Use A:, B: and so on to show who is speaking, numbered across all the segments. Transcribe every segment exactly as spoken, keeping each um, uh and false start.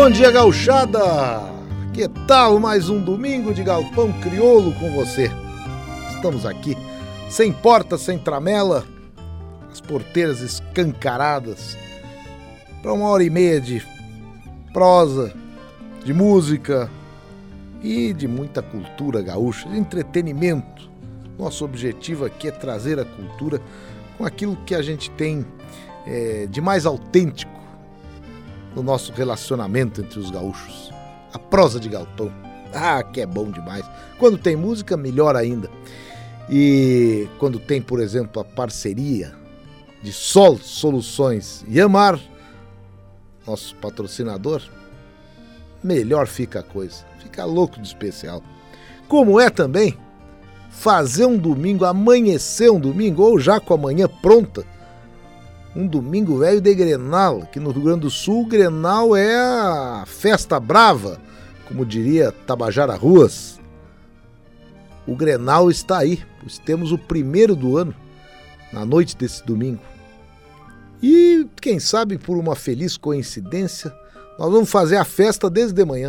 A: Bom dia, gauchada! Que tal mais um domingo de Galpão Crioulo com você? Estamos aqui, sem porta, sem tramela, as porteiras escancaradas, para uma hora e meia de prosa, de música e de muita cultura gaúcha, de entretenimento. Nosso objetivo aqui é trazer a cultura com aquilo que a gente tem é, de mais autêntico no nosso relacionamento entre os gaúchos. A prosa de galpão. Ah, que é bom demais. Quando tem música, melhor ainda. E quando tem, por exemplo, a parceria de Sol Soluções e Amar, nosso patrocinador, melhor fica a coisa. Fica louco de especial. Como é também fazer um domingo, amanhecer um domingo, ou já com a manhã pronta, um domingo velho de Grenal. Aqui no Rio Grande do Sul, Grenal é a festa brava, como diria Tabajara Ruas. O Grenal está aí, pois temos o primeiro do ano, na noite desse domingo. E, quem sabe, por uma feliz coincidência, nós vamos fazer a festa desde de manhã.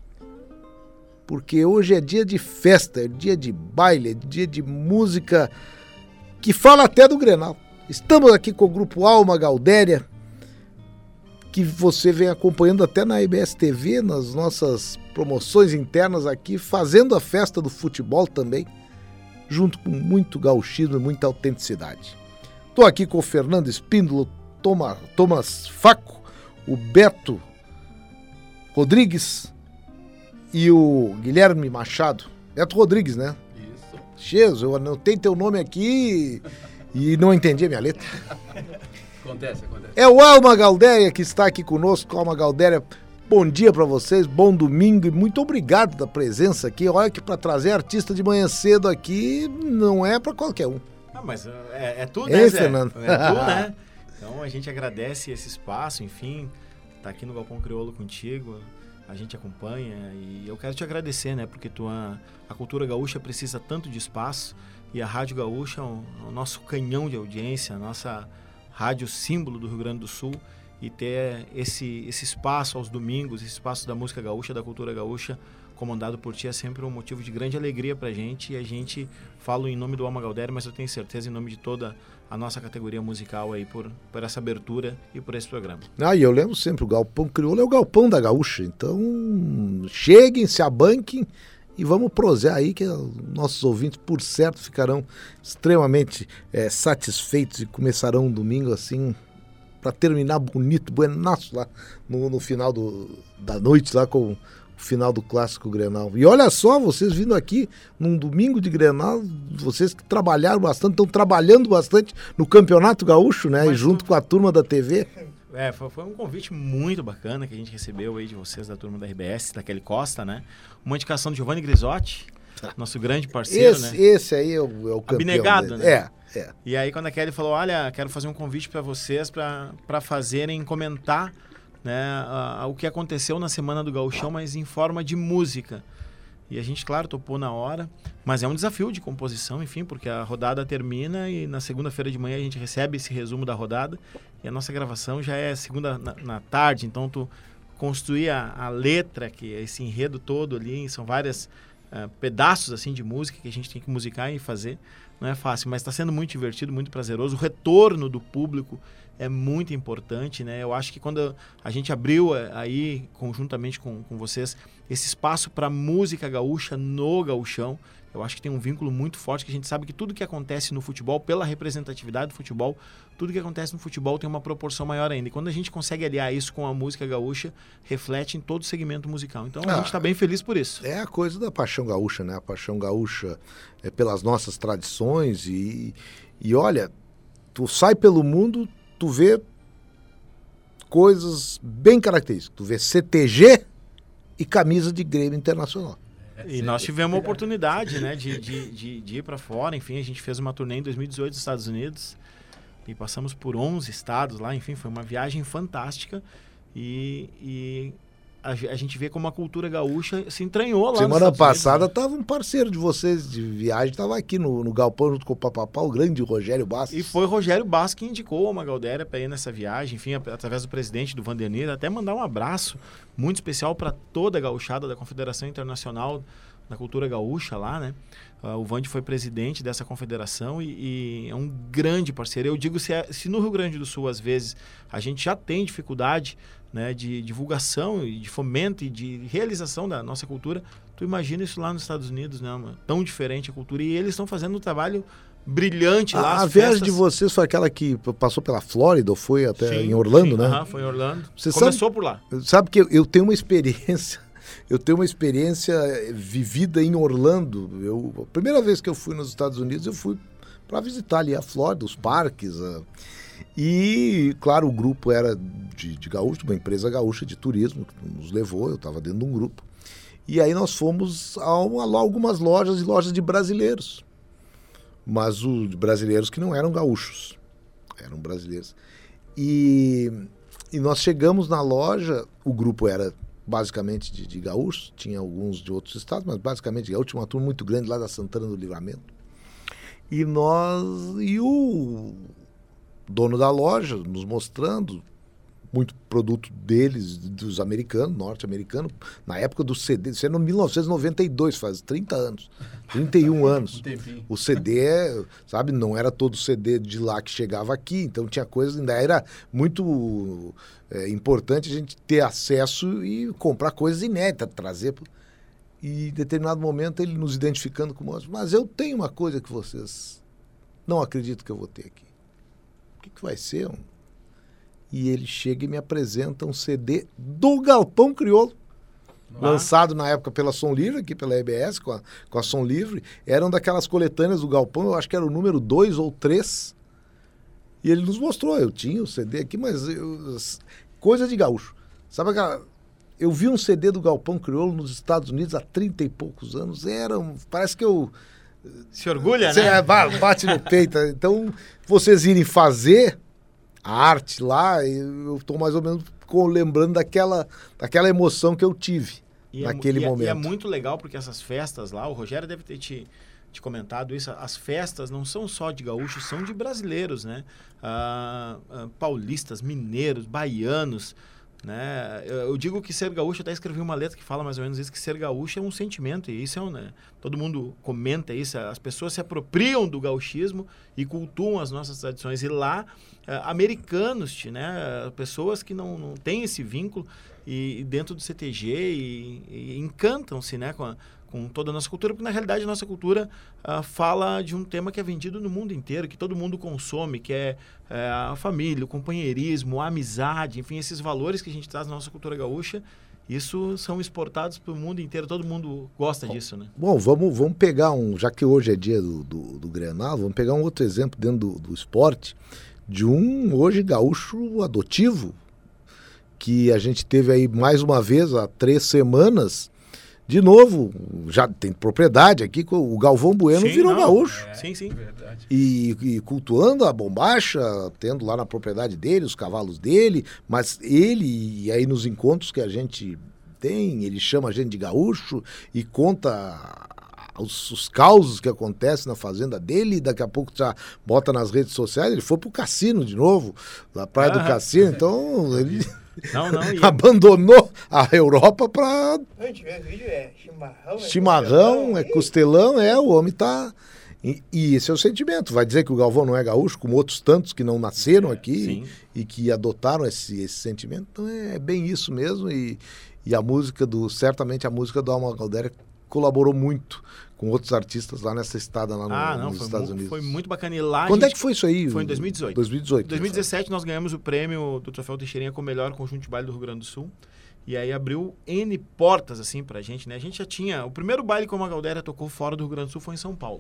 A: Porque hoje é dia de festa, é dia de baile, é dia de música, que fala até do Grenal. Estamos aqui com o grupo Alma Galdéria, que você vem acompanhando até na I B S T V, nas nossas promoções internas aqui, fazendo a festa do futebol também, junto com muito gauchismo e muita autenticidade. Estou aqui com o Fernando Espíndola, Toma, Thomas Faco, o Beto Rodrigues e o Guilherme Machado. Beto Rodrigues, né?
B: Isso.
A: Jesus, eu anotei teu nome aqui e não entendi a minha letra.
B: Acontece, acontece.
A: É o Alma Galdéria que está aqui conosco. Alma Galdéria, bom dia para vocês, bom domingo e muito obrigado da presença aqui. Olha que para trazer artista de manhã cedo aqui não é para qualquer um.
B: Ah, mas é, é tudo,
A: Ei,
B: né, Zé?
A: Fernando?
B: É tudo, né? Então a gente agradece esse espaço, enfim, tá aqui no Galpão Crioulo contigo, a gente acompanha e eu quero te agradecer, né? Porque tua, a cultura gaúcha precisa tanto de espaço e a Rádio Gaúcha é o, o nosso canhão de audiência, a nossa rádio símbolo do Rio Grande do Sul, e ter esse, esse espaço aos domingos, esse espaço da música gaúcha, da cultura gaúcha, comandado por ti, é sempre um motivo de grande alegria pra gente, e a gente fala em nome do Alma Galdéria, mas eu tenho certeza em nome de toda a nossa categoria musical aí por, por essa abertura e por esse programa.
A: Ah, e eu lembro sempre, o Galpão Crioulo é o galpão da gaúcha, então cheguem, se abanquem e vamos prosear aí que nossos ouvintes, por certo, ficarão extremamente é, satisfeitos e começarão um domingo assim, para terminar bonito, buenaço lá no, no final do, da noite, lá com o final do Clássico Grenal. E olha só, vocês vindo aqui num domingo de Grenal, vocês que trabalharam bastante, estão trabalhando bastante no Campeonato Gaúcho, né? Mas e junto foi... com a turma da T V.
B: É, foi, foi um convite muito bacana que a gente recebeu aí de vocês, da turma da R B S, da Kelly Costa, né? Uma indicação do Giovanni Grisotti, nosso grande parceiro,
A: esse,
B: né?
A: Esse aí é o, é o campeão.
B: Abnegado,
A: dele.
B: né?
A: É. É.
B: E aí quando a Kelly falou, olha, quero fazer um convite para vocês para fazerem, comentar, né, a, a, o que aconteceu na Semana do Gauchão, mas em forma de música. E a gente, claro, topou na hora, mas é um desafio de composição, enfim, porque a rodada termina e na segunda-feira de manhã a gente recebe esse resumo da rodada e a nossa gravação já é segunda na, na tarde, então tu construir a, a letra, que é esse enredo todo ali, são vários uh, pedaços assim de música que a gente tem que musicar e fazer. Não é fácil, mas está sendo muito divertido, muito prazeroso. O retorno do público é muito importante, né? Eu acho que quando a gente abriu aí, conjuntamente com, com vocês, esse espaço para música gaúcha no gauchão, eu acho que tem um vínculo muito forte, que a gente sabe que tudo que acontece no futebol, pela representatividade do futebol, tudo que acontece no futebol tem uma proporção maior ainda. E quando a gente consegue aliar isso com a música gaúcha, reflete em todo o segmento musical. Então a ah, gente está bem feliz por isso.
A: É a coisa da paixão gaúcha, né? A paixão gaúcha é pelas nossas tradições e, e olha, tu sai pelo mundo, tu vê coisas bem características. Tu vê C T G e camisa de Grêmio Internacional.
B: E nós tivemos uma oportunidade, né, de, de, de, de ir para fora. Enfim, a gente fez uma turnê em dois mil e dezoito nos Estados Unidos e passamos por onze estados lá. Enfim, foi uma viagem fantástica e, e a, a gente vê como a cultura gaúcha se entranhou lá
A: Semana
B: nos
A: passada
B: Unidos, né?
A: tava um parceiro de vocês de viagem, tava aqui no, no Galpão junto com o Papapá, o grande Rogério Bastos.
B: E foi o Rogério Bastos que indicou uma Galdéria para ir nessa viagem, enfim, através do presidente do Vandenir, até mandar um abraço muito especial para toda a gauchada da Confederação Internacional da Cultura Gaúcha lá, né? Uh, o Vande foi presidente dessa confederação e, e é um grande parceiro. Eu digo, se, é, se no Rio Grande do Sul, às vezes, a gente já tem dificuldade, né, de divulgação e de fomento e de realização da nossa cultura, tu imagina isso lá nos Estados Unidos, né? Uma, tão diferente a cultura. E eles estão fazendo um trabalho brilhante lá.
A: A, a viagem de vocês foi aquela que passou pela Flórida ou foi até sim, em Orlando, sim, né?
B: Aham, foi em Orlando.
A: Você
B: Começou
A: sabe,
B: por lá.
A: Sabe que eu, eu tenho uma experiência... Eu tenho uma experiência vivida em Orlando. Eu, a primeira vez que eu fui nos Estados Unidos, eu fui para visitar ali a Flórida, os parques. A... E, claro, o grupo era de, de gaúcho, uma empresa gaúcha de turismo, que nos levou, eu estava dentro de um grupo. E aí nós fomos a, uma, a algumas lojas e lojas de brasileiros. Mas os brasileiros que não eram gaúchos. Eram brasileiros. E, e nós chegamos na loja, o grupo era... basicamente de, de gaúchos, tinha alguns de outros estados, mas basicamente de gaúchos, tinha uma turma muito grande lá da Santana do Livramento. E nós, e o dono da loja nos mostrando muito produto deles, dos americanos, norte-americanos, na época do C D, isso era em mil novecentos e noventa e dois, faz trinta anos, trinta e um anos. O C D, é, sabe, não era todo C D de lá que chegava aqui, então tinha coisas, ainda era muito é, importante a gente ter acesso e comprar coisas inéditas, trazer. E em determinado momento ele nos identificando como, mas eu tenho uma coisa que vocês não acreditam que eu vou ter aqui. O que, que vai ser? Um... E ele chega e me apresenta um C D do Galpão Crioulo, ah. lançado na época pela Som Livre, aqui pela E B S, com a, com a Som Livre. Eram daquelas coletâneas do Galpão, eu acho que era o número dois ou três. E ele nos mostrou, eu tinha o C D aqui, mas eu, coisa de gaúcho. Sabe aquela... Eu vi um C D do Galpão Crioulo nos Estados Unidos há trinta e poucos anos. Era um, parece que eu...
B: Se orgulha,
A: Cê,
B: né?
A: Bate no peito. Então, vocês irem fazer a arte lá, eu estou mais ou menos lembrando daquela, daquela emoção que eu tive e naquele
B: é,
A: momento.
B: E é muito legal porque essas festas lá, o Rogério deve ter te, te comentado isso, as festas não são só de gaúchos, são de brasileiros, né? Ah, ah, paulistas, mineiros, baianos, né? Eu digo que ser gaúcho, até escrevi uma letra que fala mais ou menos isso, que ser gaúcho é um sentimento, e isso é um, né? Todo mundo comenta isso, as pessoas se apropriam do gauchismo e cultuam as nossas tradições, e lá, uh, americanos, né? Pessoas que não, não têm esse vínculo, e, e dentro do C T G, e, e encantam-se, né? Com a, com toda a nossa cultura, porque na realidade a nossa cultura uh, fala de um tema que é vendido no mundo inteiro, que todo mundo consome, que é uh, a família, o companheirismo, a amizade, enfim, esses valores que a gente traz na nossa cultura gaúcha, isso são exportados para o mundo inteiro, todo mundo gosta disso, né?
A: Bom, vamos, vamos pegar um, já que hoje é dia do, do, do Grenal, vamos pegar um outro exemplo dentro do, do esporte, de um hoje gaúcho adotivo, que a gente teve aí mais uma vez há três semanas. De novo, já tem propriedade aqui, o Galvão Bueno sim, virou não, gaúcho.
B: É, sim, sim.
A: Verdade. E, e cultuando a bombacha, tendo lá na propriedade dele, os cavalos dele, mas ele, e aí nos encontros que a gente tem, ele chama a gente de gaúcho e conta os, os causos que acontecem na fazenda dele, e daqui a pouco já bota nas redes sociais, ele foi pro cassino de novo, na praia ah, do cassino, então ele...
B: Não, não, e...
A: abandonou a Europa para
C: é chimarrão,
A: chimarrão, é costelão, é, o homem tá... E, e esse é o sentimento. Vai dizer que o Galvão não é gaúcho, como outros tantos que não nasceram aqui e, e que adotaram esse, esse sentimento. Então é, é bem isso mesmo, e, e a música do... Certamente a música do Alma Galdéria colaborou muito com outros artistas lá nessa estada lá no,
B: ah, não,
A: nos
B: foi
A: Estados
B: mu-
A: Unidos.
B: Foi muito bacana. E lá
A: Quando
B: gente...
A: é que foi isso aí?
B: Foi em dois mil e dezoito.
A: dois mil e dezoito.
B: Em dois mil e dezessete nós ganhamos o prêmio do Troféu Teixeirinha como melhor conjunto de baile do Rio Grande do Sul. E aí abriu N portas assim pra gente, né? A gente já tinha... O primeiro baile como a Galdéria tocou fora do Rio Grande do Sul foi em São Paulo.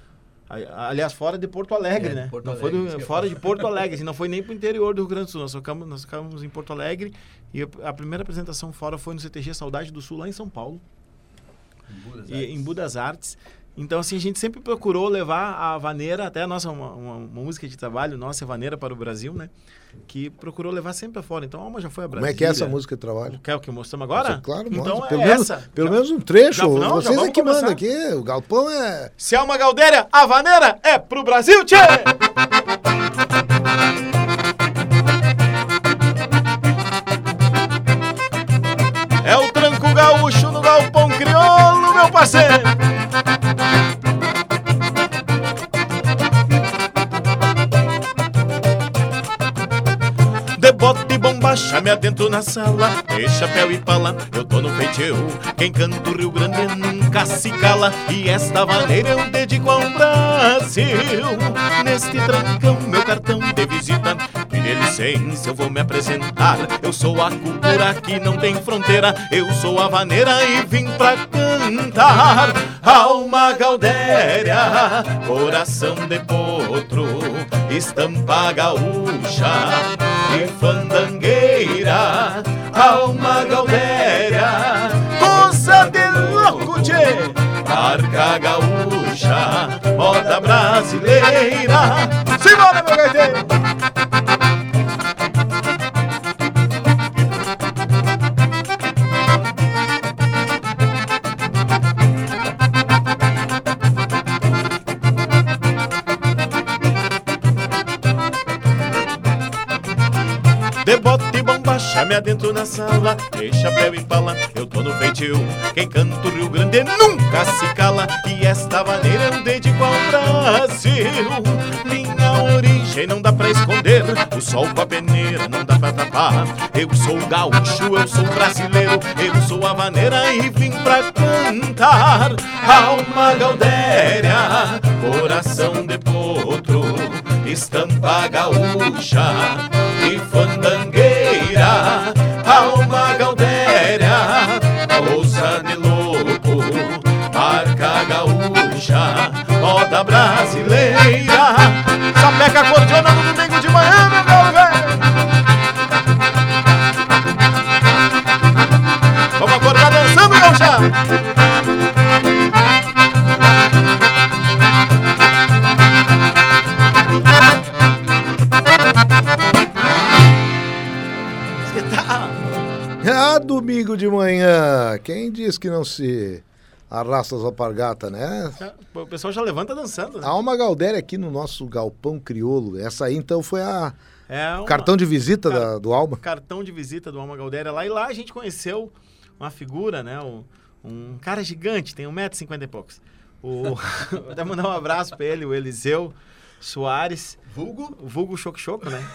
B: Aliás, fora de Porto Alegre, é, né? Porto não Alegre, foi do, fora de Porto Alegre, assim, não foi nem pro interior do Rio Grande do Sul. Nós tocamos, nós ficamos em Porto Alegre e a primeira apresentação fora foi no C T G Saudade do Sul, lá em São Paulo.
C: Em Budas
B: e, em Budas Artes. Então, assim, a gente sempre procurou levar a vaneira, até a nossa, uma, uma, uma música de trabalho, nossa é vaneira para o Brasil, né? Que procurou levar sempre para fora. Então, a Alma já foi a Brasília.
A: Como é que é essa música de trabalho?
B: Quer o que mostramos agora?
A: Nossa, claro,
B: então
A: mostra. Pelo,
B: é
A: menos,
B: essa.
A: pelo
B: já,
A: menos um trecho.
B: já, não,
A: Vocês é que
B: começar.
A: mandam aqui. O galpão é...
B: Se é uma Galdéria, a vaneira é pro Brasil, tchê! É o tranco gaúcho no galpão crioulo, meu parceiro! De bota e bombacha, me adentro na sala, de chapéu e pala, eu tô no feitio. Quem canta o Rio Grande nunca se cala, e esta maneira eu dedico ao Brasil. Neste trancão, meu cartão de visita, me dê licença, eu vou me apresentar. Eu sou a cultura que não tem fronteira, eu sou a vaneira e vim pra cantar. Alma Galdéria, coração de potro, estampa gaúcha e fandangueira. Alma Galdéria, coisa de louco, tchê. Marca gaúcha, moda brasileira. Simbora, meu gaiteiro! De bota e bombacha, me adentro na sala, de chapéu e pala, eu tô no feitio. Quem canta o Rio Grande nunca se cala, e esta maneira eu dedico ao Brasil. Minha origem não dá pra esconder, o sol com a peneira não dá pra tapar. Eu sou gaúcho, eu sou brasileiro, eu sou a vaneira e vim pra cantar. Alma Galdéria, coração de potro, estampa gaúcha e fandangueira. Alma Galdéria, coisa de louco, marca gaúcha, moda brasileira. Sapeca acordeona no domingo de manhã, meu galo velho. Vamos acordar dançando, gaúcha.
A: Ah, domingo de manhã. Quem diz que não se arrasta as alpargatas, né?
B: O pessoal já levanta dançando, né?
A: Há uma Galdéria aqui no nosso galpão crioulo. Essa aí, então, foi a
B: É uma...
A: cartão de visita
B: Car...
A: da, do Alma.
B: Cartão de visita do Alma Galdéria lá. E lá a gente conheceu uma figura, né? Um, um cara gigante, tem um metro e cinquenta e poucos. O... Vou até mandar um abraço pra ele, o Eliseu Soares.
D: Vulgo?
B: O vulgo Choco Choco, né?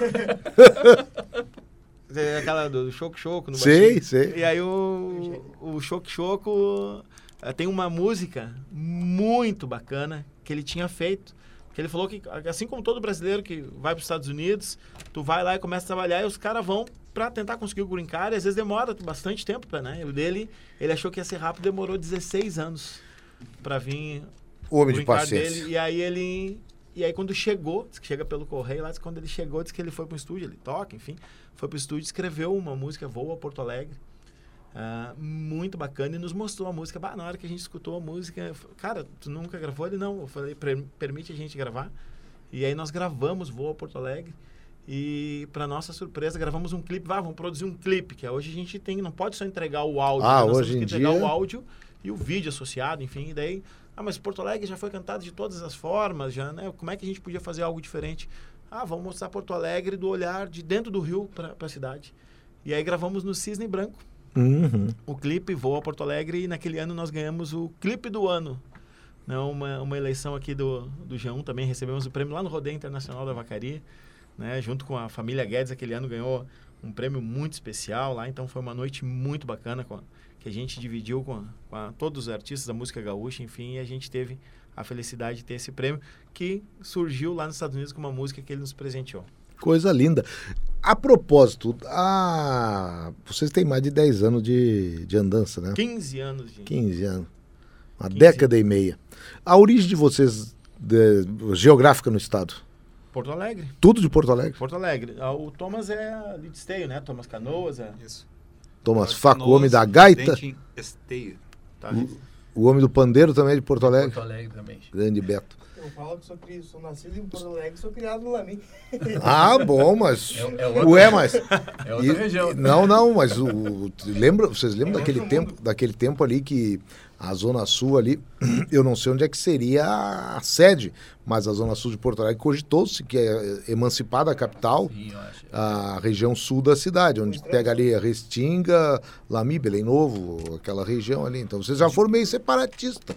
B: Aquela do Choco Choco no
A: Sei,
B: baixinho.
A: sei.
B: E aí o, o Choco Choco tem uma música muito bacana que ele tinha feito. Que ele falou que, assim como todo brasileiro que vai para os Estados Unidos, tu vai lá e começa a trabalhar e os caras vão para tentar conseguir o green card, e às vezes demora bastante tempo, pra, né? O dele, ele achou que ia ser rápido, demorou dezesseis anos para vir
A: O homem
B: o
A: de
B: green card
A: paciência.
B: dele. E aí ele... E aí quando chegou, diz que chega pelo correio lá, diz que quando ele chegou, diz que ele foi para o estúdio, ele toca, enfim, foi para o estúdio, escreveu uma música, Voo a Porto Alegre, uh, muito bacana, e nos mostrou a música. Bah, na hora que a gente escutou a música, eu falei, cara, tu nunca gravou? Ele, não. Eu falei, permite a gente gravar. E aí nós gravamos Voo a Porto Alegre, e para nossa surpresa, gravamos um clipe. Ah, vamos produzir um clipe, que hoje a gente tem, não pode só entregar o áudio,
A: Ah,
B: né? Nós
A: hoje
B: temos
A: em
B: que entregar
A: dia...
B: o áudio e o vídeo associado, enfim, e daí... Ah, mas Porto Alegre já foi cantado de todas as formas, já, né? Como é que a gente podia fazer algo diferente? Ah, vamos mostrar Porto Alegre do olhar de dentro do Rio para a cidade. E aí gravamos no Cisne Branco
A: Uhum.
B: o clipe Voo a Porto Alegre, e naquele ano nós ganhamos o clipe do ano. Né? Uma, uma eleição aqui do, do G um também, recebemos o prêmio lá no Rodeio Internacional da Vacaria, né? Junto com a família Guedes, aquele ano ganhou um prêmio muito especial lá, então foi uma noite muito bacana com a, que a gente dividiu com, a, com a, todos os artistas da música gaúcha, enfim, e a gente teve a felicidade de ter esse prêmio, que surgiu lá nos Estados Unidos com uma música que ele nos presenteou.
A: Coisa linda. A propósito, a... vocês têm mais de dez anos de, de andança, né?
B: quinze anos de...
A: quinze anos. Uma
B: quinze
A: década e meia. A origem de vocês, de, geográfica no estado?
B: Porto Alegre.
A: Tudo de Porto Alegre?
B: Porto Alegre. O Thomas é ali de Esteio, né? Thomas Canoas. É...
D: Isso.
A: Thomas Faco, homem da gaita.
D: Esteio.
B: Tá.
A: O homem do pandeiro também é de Porto Alegre.
D: Porto Alegre também.
A: Grande Beto.
C: Eu falo que sou, cri- sou nascido em Porto Alegre e sou criado no Lami.
A: Ah, bom, mas...
D: É, é outra,
A: Ué, mas...
D: é outra
A: E-
D: região.
A: Não, não, mas o, o- lembra, vocês lembram
C: É
A: daquele
C: outro
A: tempo, daquele tempo ali que a Zona Sul ali, eu não sei onde é que seria a sede, mas a Zona Sul de Porto Alegre cogitou-se que é emancipada a capital,
D: Sim, eu acho.
A: a região sul da cidade, onde pega ali a Restinga, Lami, Belém Novo, aquela região ali. Então vocês já foram meio separatistas.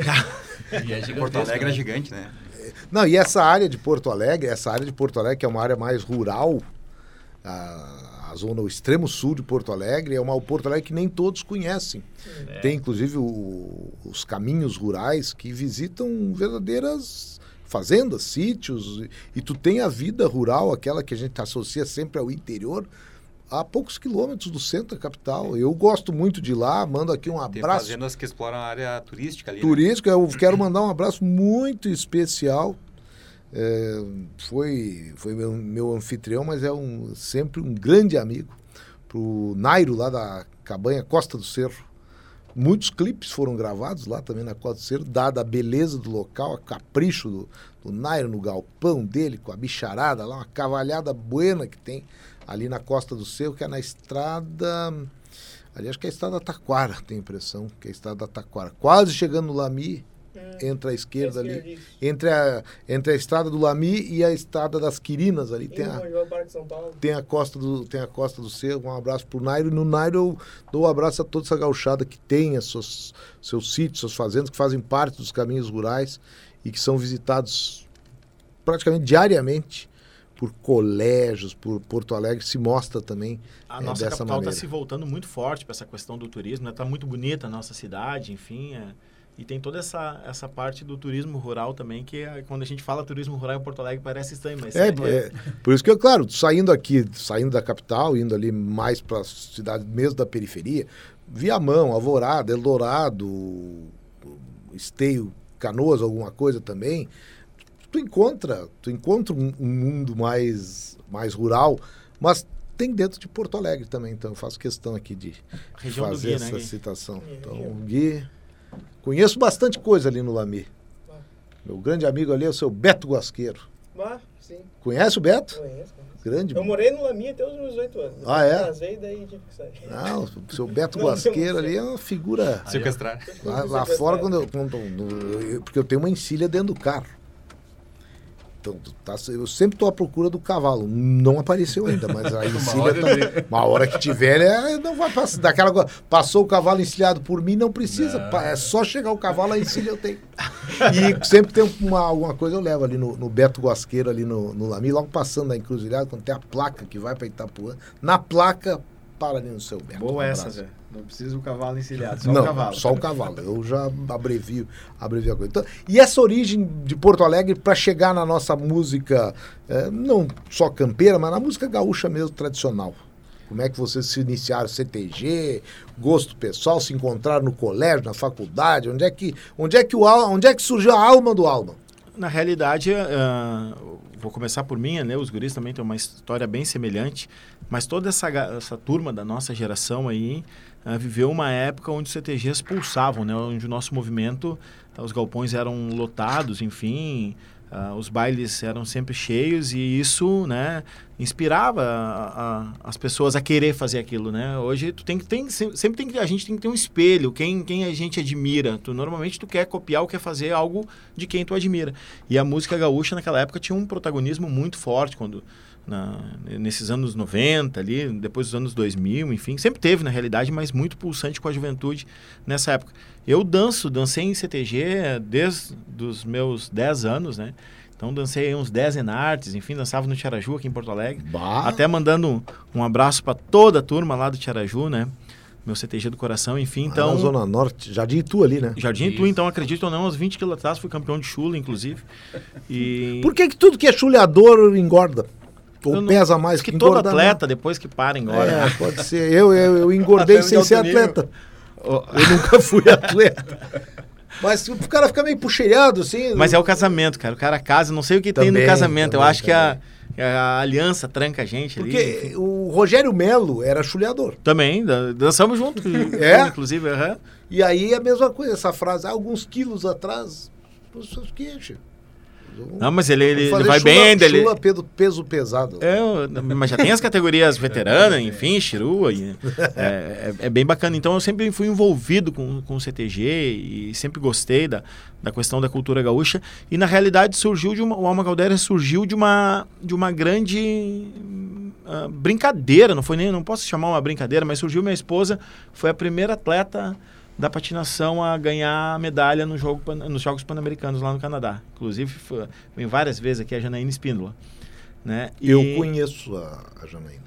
D: E é gigantesco,
E: Porto Alegre é
D: né?
E: gigante, né?
A: Não, e essa área de Porto Alegre, essa área de Porto Alegre, que é uma área mais rural, a, a zona, o extremo sul de Porto Alegre, é uma o Porto Alegre que nem todos conhecem.
D: É.
A: Tem, inclusive, o- os caminhos rurais que visitam verdadeiras fazendas, sítios, e, e tu tem a vida rural, aquela que a gente associa sempre ao interior, a poucos quilômetros do centro da capital. Eu gosto muito de ir lá, mando aqui um
E: Tem
A: abraço
E: fazendas que exploram a área turística ali, né?
A: turístico. Eu quero mandar um abraço muito especial. É, foi foi meu, meu anfitrião, mas é um, sempre um grande amigo, pro Nairo, lá da Cabanha Costa do Cerro. Muitos clipes foram gravados lá também na Costa do Cerro, dada a beleza do local, a capricho do, do Nairo no galpão dele, com a bicharada lá, uma cavalhada buena que tem ali na Costa do Cerro, que é na estrada... Ali acho que é a estrada da Taquara, tenho a impressão, que é a estrada da Taquara. Quase chegando no Lami, entra à esquerda ali, entre a, entre a estrada do Lami e a estrada das Quirinas ali, tem a,
C: Tem o Parque São Paulo.
A: tem a costa do tem a costa do Cerro. Um abraço pro Nairo, e no Nairo eu dou um abraço a toda essa gauchada que tem as suas, seus sítios, suas fazendas, que fazem parte dos caminhos rurais e que são visitados praticamente diariamente por colégios, por Porto Alegre, se mostra também
B: A
A: é,
B: nossa
A: dessa
B: capital
A: maneira.
B: está se voltando muito forte para essa questão do turismo, está muito bonita a nossa cidade, enfim, é, e tem toda essa, essa parte do turismo rural também, que é, quando a gente fala turismo rural em Porto Alegre parece estranho, mas
A: É,
B: é,
A: é, por isso que eu, claro, saindo aqui, saindo da capital, indo ali mais para as cidades mesmo da periferia, Viamão, Alvorada, Eldorado, Esteio, Canoas, alguma coisa também, tu encontra, tu encontra um, um mundo mais, mais rural, mas tem dentro de Porto Alegre também, então eu faço questão aqui de
B: Região do
A: fazer
B: Gui,
A: essa
B: né, Gui?
A: citação.
C: É,
A: Então,
C: região.
A: Gui, conheço bastante coisa ali no Lami.
C: Ah.
A: Meu grande amigo ali é o seu Beto Guasqueiro.
C: Ah, sim,
A: Conhece o Beto?
C: conheço. conheço.
A: Grande.
C: Eu morei no Lami até os meus dezoito anos.
A: Ah, é?
C: Casei e daí tive que sair.
A: Não, o seu Beto
C: Não,
A: Guasqueiro
C: não,
A: ali é uma figura.
E: Sequestrar.
A: Lá, lá fora, quando eu, quando eu- eu- porque eu tenho uma encilha dentro do carro. Então, tu tá, eu sempre estou à procura do cavalo. Não apareceu ainda, mas a encilha
D: hora
A: tá,
D: ele-
A: uma hora que tiver, é, não vai passar. Daquela, coisa, passou o cavalo encilhado por mim, não precisa.
D: Não.
A: pa- É só chegar o cavalo, a encilha eu tenho. E sempre tem uma, alguma coisa, eu levo ali no, no Beto Guasqueiro, ali no, no Lami, logo passando da encruzilhada, quando tem a placa que vai para Itapuã. Na placa, para ali no seu Beto.
B: Boa
A: Um
B: essa,
A: abraço.
B: Zé. Não precisa o cavalo encilhado, só
A: Não,
B: o cavalo.
A: só o cavalo. Eu já abrevio, abrevio a coisa. Então, e essa origem de Porto Alegre para chegar na nossa música, eh, não só campeira, mas na música gaúcha mesmo, tradicional. Como é que vocês se iniciaram? C T G, gosto pessoal, se encontraram no colégio, na faculdade? Onde é que, onde é que, o, al- onde é que surgiu a alma do Alma?
B: Na realidade, ah, vou começar por mim, né? Os guris também têm uma história bem semelhante, mas toda essa, ga- essa turma da nossa geração aí ah, viveu uma época onde os C T Gs pulsavam, né? Onde o nosso movimento, ah, os galpões eram lotados, enfim, ah, os bailes eram sempre cheios e isso, né, inspirava a- a- as pessoas a querer fazer aquilo, né? Hoje tu tem que tem, se- sempre tem que a gente tem que ter um espelho, quem quem a gente admira. Tu normalmente tu quer copiar ou quer fazer algo de quem tu admira. E a música gaúcha naquela época tinha um protagonismo muito forte quando na, nesses anos noventa ali, depois dos anos dois mil, enfim, sempre teve na realidade, mas muito pulsante com a juventude nessa época. Eu danço, dancei em C T G desde os meus dez anos, né? Então dancei uns dez enartes, enfim, dançava no Tiaraju aqui em Porto Alegre.
A: Bah,
B: Até mandando um, um abraço para toda a turma lá do Tiaraju, né? Meu C T G do coração, enfim, então...
A: na Zona Norte, Jardim Itu ali, né?
B: Jardim
D: Isso.
B: Itu, então, acredito ou não, uns vinte quilos atrás fui campeão de chula, inclusive. E...
A: Por que, que tudo que é chuleador engorda? Ou
B: Eu não-
A: pesa mais
B: Diz que
A: que
B: todo
A: engorda,
B: atleta, depois que para, engorda.
A: É, pode ser. Eu, eu, eu engordei
B: Até
A: sem
B: onde
A: ser
B: alto nível.
A: atleta. Eu nunca fui atleta. Mas o cara fica meio puxeirado, assim.
B: Mas é o casamento, cara. O cara casa, não sei o que tem
A: Também,
B: no casamento. Eu
A: também,
B: acho que a, A aliança tranca a gente
A: Porque
B: ali. Porque
A: o Rogério Melo era chuleador.
B: Também, dançamos junto.
A: É?
B: Inclusive, aham. Uhum.
A: E aí a mesma coisa, essa frase, alguns quilos atrás, os seus queixos.
B: Não, mas ele, ele, ele vai
A: chula,
B: bem ainda. Ele...
A: Chula peso, peso pesado.
B: É, mas já tem as categorias veteranas, enfim, chirua. E, é, é, é bem bacana. Então eu sempre fui envolvido com, com o C T G e sempre gostei da, da questão da cultura gaúcha. E na realidade surgiu de uma, o Alma Caldera surgiu de uma, de uma grande uh, brincadeira. Não foi nem, não posso chamar uma brincadeira, mas surgiu minha esposa, foi a primeira atleta da patinação a ganhar medalha no jogo, nos Jogos Pan-Americanos lá no Canadá. Inclusive, foi, vem várias vezes aqui a Janaína Espíndola. Né? E...
A: Eu conheço a, a Janaína.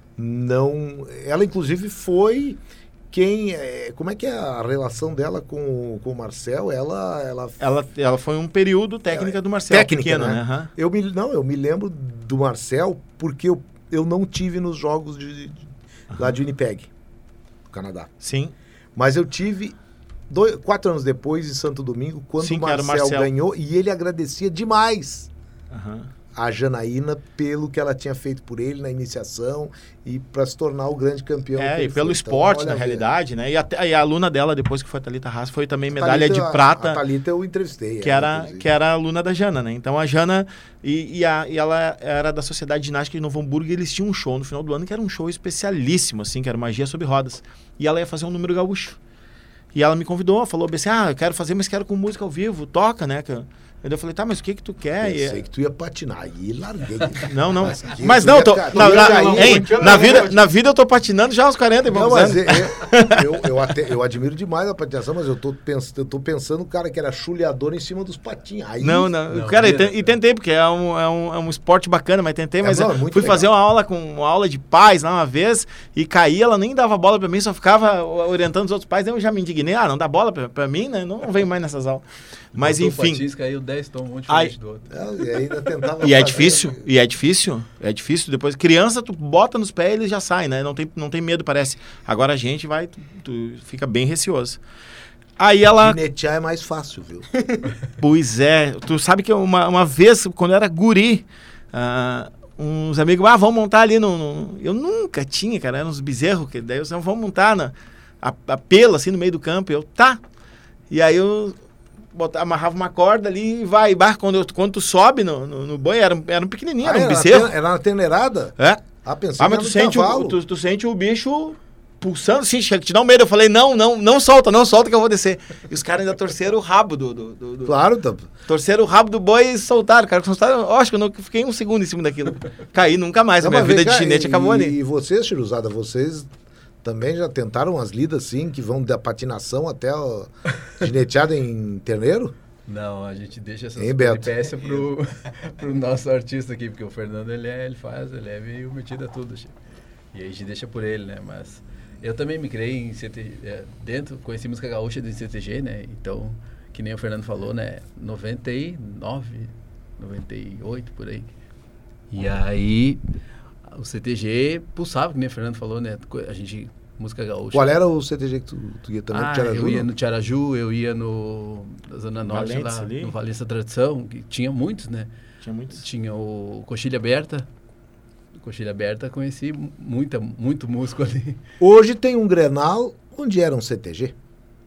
A: Não, ela, inclusive, foi quem... É, como é que é a relação dela com, com o Marcel? Ela, ela...
B: Ela, ela foi um período técnica ela, do Marcel.
A: Técnica,
B: pequeno,
A: né?
B: né? Uhum.
A: Eu me, não, eu me lembro do Marcel porque eu, eu não tive nos jogos de, de, uhum. lá de Winnipeg, do Canadá.
B: Sim.
A: Mas eu tive dois, quatro anos depois, em Santo Domingo, quando Sim, o, Marcel o Marcel ganhou, e ele agradecia demais
B: uhum.
A: a Janaína pelo que ela tinha feito por ele na iniciação e para se tornar o grande campeão.
B: É, e pelo foi. esporte, então, na realidade, né? E a, e a aluna dela, depois que foi a Thalita Haas, foi também medalha Thalita, de prata.
A: A, a Thalita eu entrevistei.
B: Que era, que era a aluna da Jana, né? Então a Jana, e, e, a, e ela era da Sociedade Ginástica de Novo Hamburgo, e eles tinham um show no final do ano, que era um show especialíssimo, assim, que era Magia sobre Rodas. E ela ia fazer um número gaúcho. E ela me convidou, falou assim, ah, eu quero fazer, mas quero com música ao vivo, toca, né? Que eu, eu falei, tá, mas o que que tu quer?
A: Eu
B: e,
A: sei que tu ia patinar, aí larguei.
B: Não, não, mas, mas não, tô, na, na, na, hein, na, vida, na vida eu tô patinando já aos quarenta e poucos anos.
A: Eu, eu, eu, até, eu admiro demais a patinação, mas eu tô, pens, eu tô pensando o cara que era chuleador em cima dos patins. Aí,
B: não, não, não, cara, e, e tentei, porque é um, é, um, é um esporte bacana, mas tentei, mas é, não, é fui legal. fazer uma aula com uma aula de pais lá uma vez, e caí, ela nem dava bola pra mim, só ficava orientando os outros pais, daí eu já me indignei, ah, não dá bola pra, pra mim, né, não venho mais nessas aulas. Mas
F: Botou
B: enfim.
F: Patins, caiu dez, tomou um monte de Aí, do outro.
A: É, e ainda tentava
B: e é difícil, e é difícil, é difícil. Depois, criança, tu bota nos pés e ele já sai, né? Não tem, não tem medo, parece. Agora a gente vai, tu, tu fica bem receoso. Aí ela...
A: Ginetear é mais fácil, viu?
B: Pois é. Tu sabe que uma, uma vez, quando eu era guri, uh, uns amigos, ah, vamos montar ali no, no... Eu nunca tinha, cara, eram uns bezerros, que daí eu disse, vamos montar na, a, a pela, assim, no meio do campo. Eu, tá. E aí eu... Botava, amarrava uma corda ali e vai. Bar, quando, eu, quando tu sobe no, no, no banho, era, era um pequenininho,
A: ah,
B: era um
A: era
B: bezerro.
A: Na, era na teneirada?
B: É.
A: Ah, pensei
B: ah, mas tu sente, o, tu, tu sente o bicho pulsando, sim, chega, te dá um medo. Eu falei, não, não, não solta, não solta que eu vou descer. E os caras ainda torceram o rabo do... do, do, do
A: claro. Tá.
B: Torceram o rabo do boi e soltaram. Cara, soltaram, eu acho que eu não, fiquei um segundo em cima daquilo. Caí nunca mais, não, a minha vida cá, de chinete
A: e,
B: acabou ali.
A: E vocês, Chiruzada, vocês... Também já tentaram umas lidas assim, que vão da patinação até o gineteada em terneiro?
F: Não, a gente deixa essas
A: Ei,
F: peripécias pro, pro nosso artista aqui, porque o Fernando, ele, é, ele faz, ele é meio metido a tudo, Chico. E aí a gente deixa por ele, né, mas eu também me criei em C T G, é, dentro, conheci música gaúcha do C T G, né, então, que nem o Fernando falou, né, noventa e nove, noventa e oito, por aí. E aí, o C T G pulsava, que nem o Fernando falou, né, a gente... música gaúcha.
A: Qual era o C T G que tu, tu ia também?
F: Ah,
A: no Tiaraju,
F: eu ia
A: não?
F: no Tiaraju, eu ia no na Zona Norte,
B: Valentes,
F: lá,
B: ali?
F: no Valência Tradição, que tinha muitos, né?
B: Tinha muitos.
F: Tinha o Coxilha Aberta. Coxilha Aberta, conheci muita, muito músico ali.
A: Hoje tem um Grenal, onde era um C T G.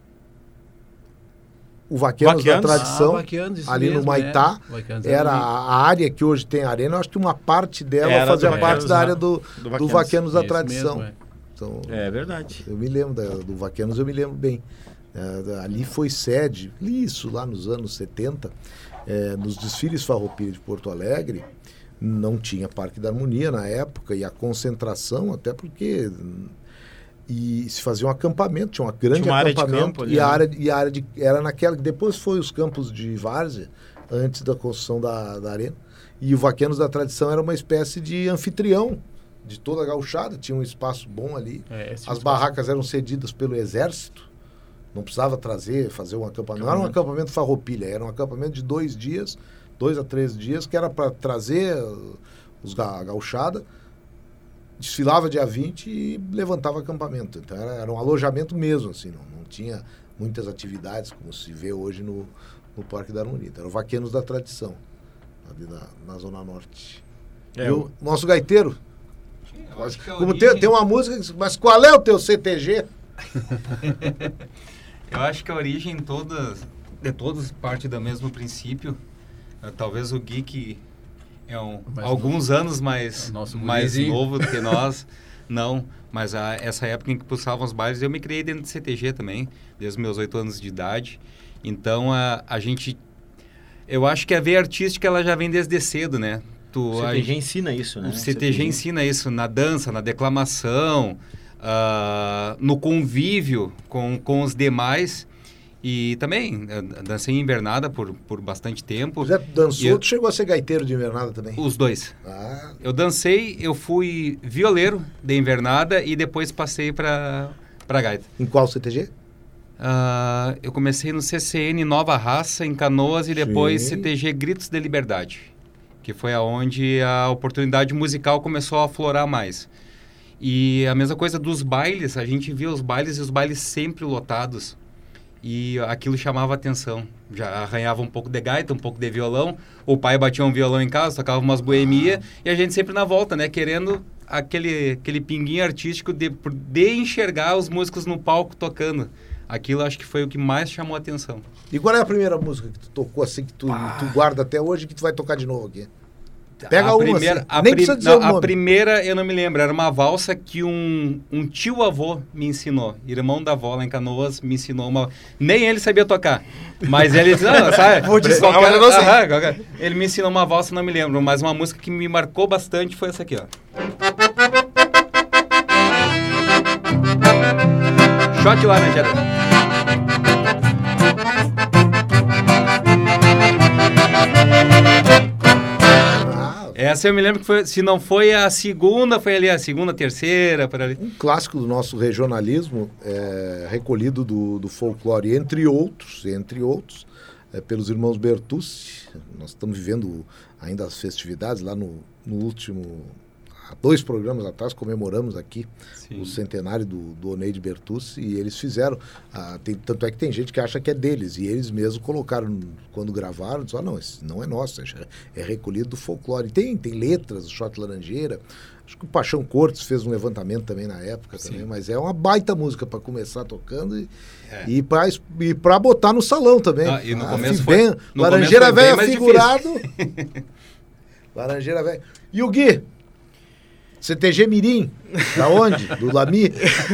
A: O Vaqueiros,
B: Vaqueiros?
A: da Tradição,
F: ah, Vaqueiros, isso
A: ali
F: mesmo,
A: no Maitá,
F: é.
A: era a, a área que hoje tem a arena, eu acho que uma parte dela
B: Era
A: fazia
B: do
A: parte da área do,
B: do
A: do
B: Vaqueiros,
A: Vaqueiros da
F: Isso
A: Tradição.
F: mesmo, é.
A: Então,
B: É verdade.
A: eu me lembro da, do Vaqueiros, eu me lembro bem. É, ali foi sede, isso lá nos anos setenta, é, nos desfiles Farroupilha de Porto Alegre, não tinha Parque da Harmonia na época, e a concentração, até porque... E se fazia um acampamento, tinha um grande
B: tinha uma área
A: acampamento,
B: de campo ali,
A: e, a
B: né?
A: área, e a área de... Era naquela... Depois foi os campos de várzea, antes da construção da, da arena, e o Vaqueiros da Tradição era uma espécie de anfitrião de toda a gauchada, tinha um espaço bom ali.
B: É,
A: As barracas eram cedidas pelo exército, não precisava trazer, fazer um acampamento. Não era um acampamento Farroupilha, era um acampamento de dois dias, dois a três dias, que era para trazer os ga- a gauchada, desfilava dia vinte e levantava acampamento. Então era, era um alojamento mesmo, assim, não, não tinha muitas atividades como se vê hoje no, no Parque da Harmonia. Era o Vaqueiros da Tradição, ali na, na Zona Norte.
B: É,
A: E o nosso gaiteiro.
E: Eu acho que a
A: Como
E: origem-
A: tem, tem uma música, que- mas qual é o teu C T G?
E: Eu acho que a origem toda, de todos parte do mesmo princípio. Uh, talvez o Gui, que é um,
F: Mais
E: alguns anos mais,
F: É o nosso
E: mais
F: gurizinho.
E: novo do que nós, não. Mas a, essa época em que pulsavam os bailes, eu me criei dentro do C T G também, desde os meus oito anos de idade. Então, a, a gente... Eu acho que a veia artística, ela já vem desde cedo, né? Tu,
B: O
E: a
B: C T G
E: gente-
B: ensina isso, né?
E: O C T G ensina isso na dança, na declamação, ah, no convívio com, com os demais. E também eh, dancei em invernada por, por bastante tempo.
A: Já dançou,
E: E eu-
A: tu chegou a ser gaiteiro de invernada também.
E: Os dois.
A: Ah,
E: Eu dancei, eu fui violeiro de invernada e depois passei para para gaita.
A: em qual C T G?
E: Ah, eu comecei no C C N Nova Raça, em Canoas, e depois
A: Sim.
E: C T G Gritos de Liberdade, que foi aonde a oportunidade musical começou a aflorar mais. E a mesma coisa dos bailes, a gente via os bailes e os bailes sempre lotados. E aquilo chamava atenção. Já arranhava um pouco de gaita, um pouco de violão. O pai batia um violão em casa, tocava umas boemias. E a gente sempre na volta, né? Querendo aquele, aquele pinguinho artístico de, de enxergar os músicos no palco tocando. Aquilo acho que foi o que mais chamou a atenção.
A: E qual é a primeira música que tu tocou assim, que tu, tu guarda até hoje, que tu vai tocar de novo aqui? Pega
E: a
A: uma
E: primeira,
A: assim,
E: a,
A: nem
E: prim-
A: precisa dizer
E: não,
A: o nome.
E: a primeira eu não me lembro, era uma valsa que um, um tio-avô me ensinou, irmão da avó lá em Canoas, me ensinou uma... Nem ele sabia tocar, mas ele... Não, sabe?
C: Vou te ensinar,
E: qualquer-
C: mas eu não sei.
E: Aham, qualquer- ele me ensinou uma valsa, não me lembro, mas uma música que me marcou bastante foi essa aqui, ó. Shot Laranjeira.
A: Ah,
E: Essa eu me lembro que foi, se não foi a segunda, foi ali a segunda, terceira, por ali.
A: um clássico do nosso regionalismo, é, recolhido do, do folclore, entre outros, entre outros, é, pelos irmãos Bertucci. Nós estamos vivendo ainda as festividades lá no, no último... Há dois programas atrás comemoramos aqui
E: Sim.
A: o centenário do, do Oneide Bertucci, e eles fizeram, ah, tem, tanto é que tem gente que acha que é deles, e eles mesmos colocaram, quando gravaram, disseram, ah, não, esse não é nosso, é, é recolhido do folclore. Tem, tem letras, o Shot Laranjeira, acho que o Paixão Cortes fez um levantamento também na época, também, mas é uma baita música para começar tocando e,
E: É.
A: e para e pra botar no salão também.
E: Ah, e no
A: Ah,
E: começo
A: fi-
E: foi-
A: bem-
E: no
A: Laranjeira
E: começo foi bem
A: Velha
E: mais
A: figurado. Laranjeira Velha. E o Gui? C T G Mirim, da onde? Do Lami?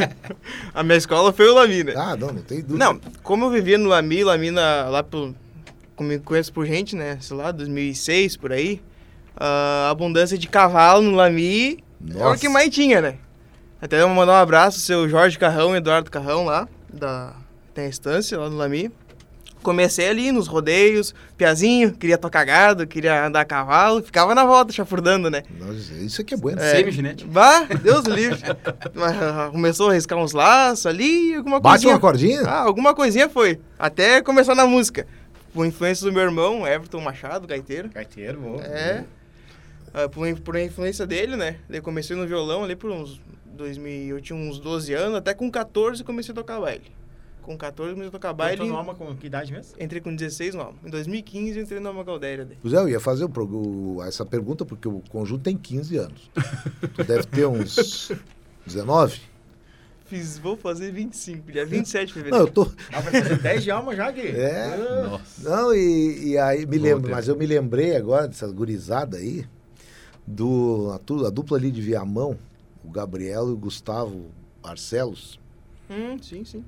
C: A minha escola foi o Lami, né?
A: Ah, não, não tem dúvida.
C: Não, como eu vivia no Lami, Lami na, lá pelo... Como eu conheço por gente, né? Sei lá, dois mil e seis, por aí. A abundância de cavalo no Lami é
A: Nossa.
C: o que mais tinha, né? Até eu vou mandar um abraço ao seu Jorge Carrão, Eduardo Carrão lá, da... Tem a estância lá no Lami. Comecei ali nos rodeios, piazinho, queria tocar gado, queria andar a cavalo, ficava na volta chafurdando, né?
A: Nossa, isso aqui é bueno.
C: É.
E: Semi-ginete.
C: Bah, Deus do livre. Mas, ah, começou a riscar uns laços ali, alguma
A: Bate
C: coisinha.
A: uma cordinha?
C: Ah, alguma coisinha foi. Até começar na música. Por influência do meu irmão, Everton Machado, gaiteiro.
B: Gaiteiro, bom.
C: É. Ah, por, in- por influência dele, né? Eu comecei no violão ali por uns dois mil, eu tinha uns doze anos, até com catorze comecei a tocar baile. Com catorze comecei a tocar
B: Baile.
C: baile.
B: Tu noma com que idade mesmo?
C: Entrei com dezesseis, não. Em dois mil e quinze eu entrei na Macaldéria. daí.
A: Pois é, eu ia fazer o, pro- o- essa pergunta porque o conjunto tem quinze anos. Tu deve ter uns dezenove?
C: Fiz, vou fazer vinte e cinco, dia vinte e sete de
A: Não,
C: fevereiro.
A: eu tô...
B: Ah, vai fazer dez de alma já, Gui?
A: É.
F: Nossa.
A: Não, e, e aí me
F: Bom
A: lembro,
F: tempo.
A: mas eu me lembrei agora dessa gurizada aí, do, a, tu- a dupla ali de Viamão, o Gabriel e o Gustavo Barcelos.
C: Hum, sim, sim.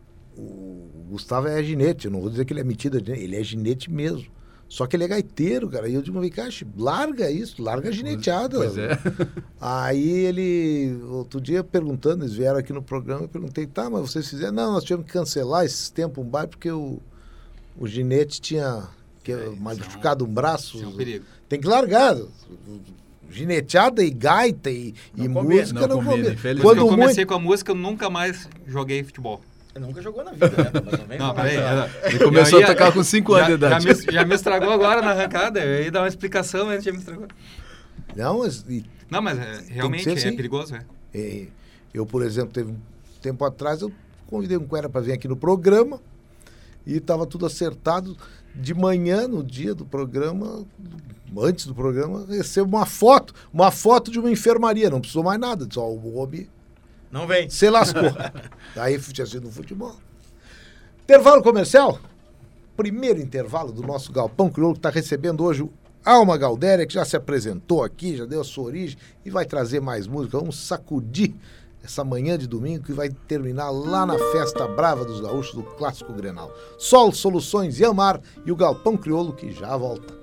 A: O Gustavo é ginete, eu não vou dizer que ele é metido, ele é ginete mesmo. Só que ele é gaiteiro, cara. E eu digo, cara, larga isso, larga a gineteada.
F: Pois é.
A: Aí ele, outro dia perguntando, eles vieram aqui no programa, eu perguntei, tá, mas vocês fizeram? Não, nós tivemos que cancelar esses tempos um baile porque o, o ginete tinha que,
E: É,
A: machucado um braço.
E: Isso é um perigo.
A: Tem que largar. Gineteada e gaita e,
B: Não
A: e
B: combina,
A: música
F: não
A: não,
F: combina,
A: combina.
F: infelizmente.
E: Quando eu
A: Quando
E: comecei
A: muito...
E: com a música, eu nunca mais joguei futebol.
B: Nunca jogou na vida, né? Mas não vem
E: Não,
B: falar
E: peraí.
B: isso.
E: era-
F: Ele começou
E: eu
F: a tocar com cinco anos de
E: já,
F: idade.
E: Já me, já me estragou agora na arrancada. Eu ia dar uma explicação, mas já me estragou.
A: Não, mas e-
E: Não, mas é, realmente
A: ser
E: é
A: assim.
E: perigoso, é.
A: É, eu, por exemplo, teve um tempo atrás, eu convidei um cara para vir aqui no programa e estava tudo acertado. De manhã, no dia do programa, antes do programa, recebo uma foto, uma foto de uma enfermaria, não precisou mais nada, só o homem
B: Não vem.
A: se lascou. Aí tinha sido no futebol. Intervalo comercial? Primeiro intervalo do nosso Galpão Crioulo, que está recebendo hoje o Alma Galdéria, que já se apresentou aqui, já deu a sua origem e vai trazer mais música. Vamos sacudir essa manhã de domingo que vai terminar lá na Festa Brava dos Gaúchos do Clássico Grenal. Sol, Soluções e Amar e o Galpão Crioulo que já volta.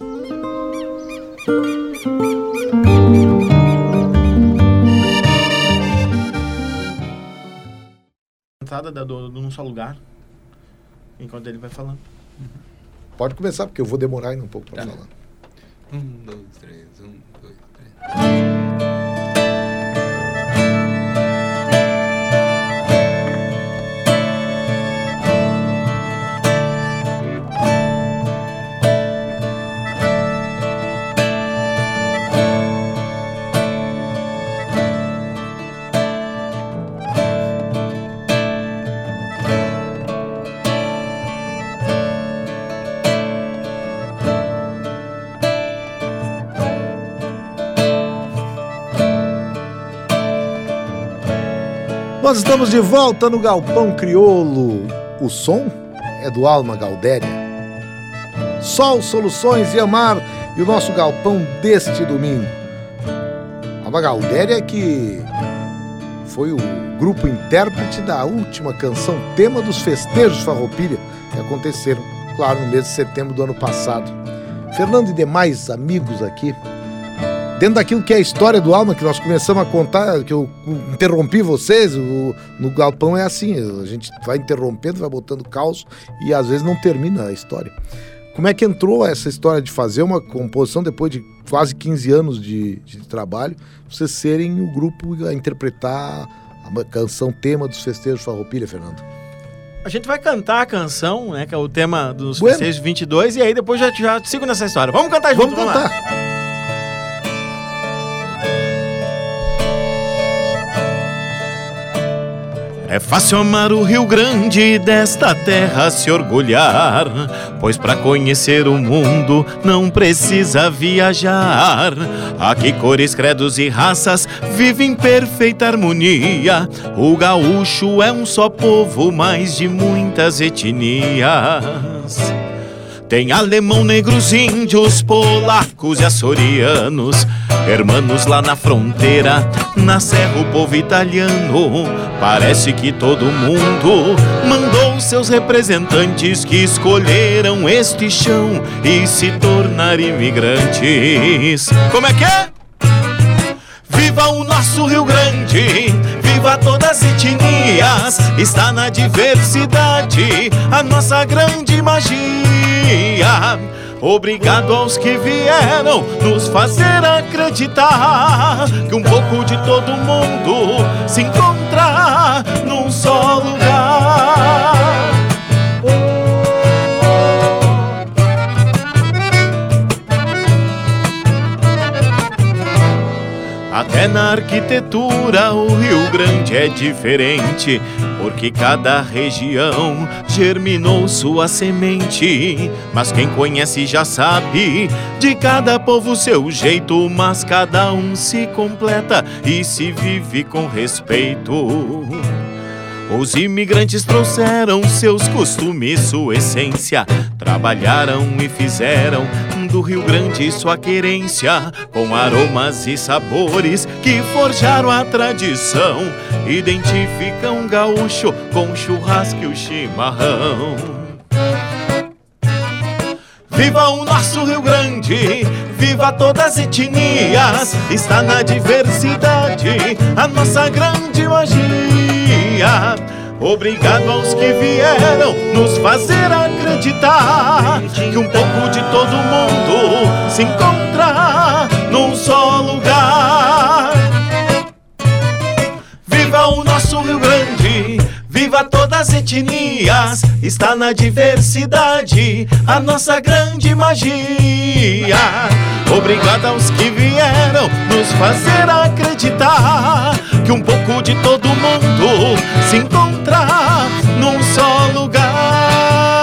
B: Entrada da- do, do Num Só Lugar, enquanto ele vai falando.
A: Pode começar, porque eu vou demorar ainda um pouco para
E: Tá.
A: falar.
E: Um, dois, três, um, dois, três.
A: Nós estamos de volta no Galpão Crioulo. O som é do Alma Galdéria. Sol, Soluções e Amar e o nosso galpão deste domingo. Alma Galdéria que foi o grupo intérprete da última canção tema dos festejos Farroupilha que aconteceram, claro, no mês de setembro do ano passado. Fernando e demais amigos aqui, dentro daquilo que é a história do Alma, que nós começamos a contar, que eu interrompi vocês, o, no Galpão é assim, a gente vai interrompendo, vai botando caos e às vezes não termina a história. Como é que entrou essa história de fazer uma composição depois de quase quinze anos de, de trabalho, vocês serem o grupo a interpretar a canção tema dos festejos Farroupilha, Fernando?
B: A gente vai cantar a canção, né, que é o tema dos
A: Bueno.
B: festejos vinte e dois, e aí depois já, já sigo nessa história. Vamos cantar junto,
A: Vamos
B: vamos
A: cantar.
B: lá. É fácil amar o Rio Grande e desta terra se orgulhar, pois para conhecer o mundo não precisa viajar. Aqui cores, credos e raças vivem em perfeita harmonia. O gaúcho é um só povo, mas de muitas etnias. Tem alemão, negros, índios, polacos e açorianos, hermanos lá na fronteira, na serra o povo italiano. Parece que todo mundo mandou seus representantes que escolheram este chão e se tornar imigrantes. Como é que é? Viva o nosso Rio Grande, viva todas as etnias, está na diversidade a nossa grande magia. Obrigado aos que vieram nos fazer acreditar que um pouco de todo mundo se encontra num só lugar. Até na arquitetura o Rio Grande é diferente, porque cada região germinou sua semente. Mas quem conhece já sabe, de cada povo seu jeito, mas cada um se completa e se vive com respeito. Os imigrantes trouxeram seus costumes, sua essência, trabalharam e fizeram do Rio Grande sua querência, com aromas e sabores que forjaram a tradição, identificam o gaúcho com churrasco e o chimarrão. Viva o nosso Rio Grande, viva todas as etnias, está na diversidade a nossa grande magia. Obrigado aos que vieram nos fazer acreditar que um pouco de todo mundo se encontra num só lugar. Viva o nosso Rio Grande, viva todas as etnias, está na diversidade a nossa grande magia. Obrigado aos que vieram nos fazer acreditar que um pouco de todo mundo se encontra num só lugar.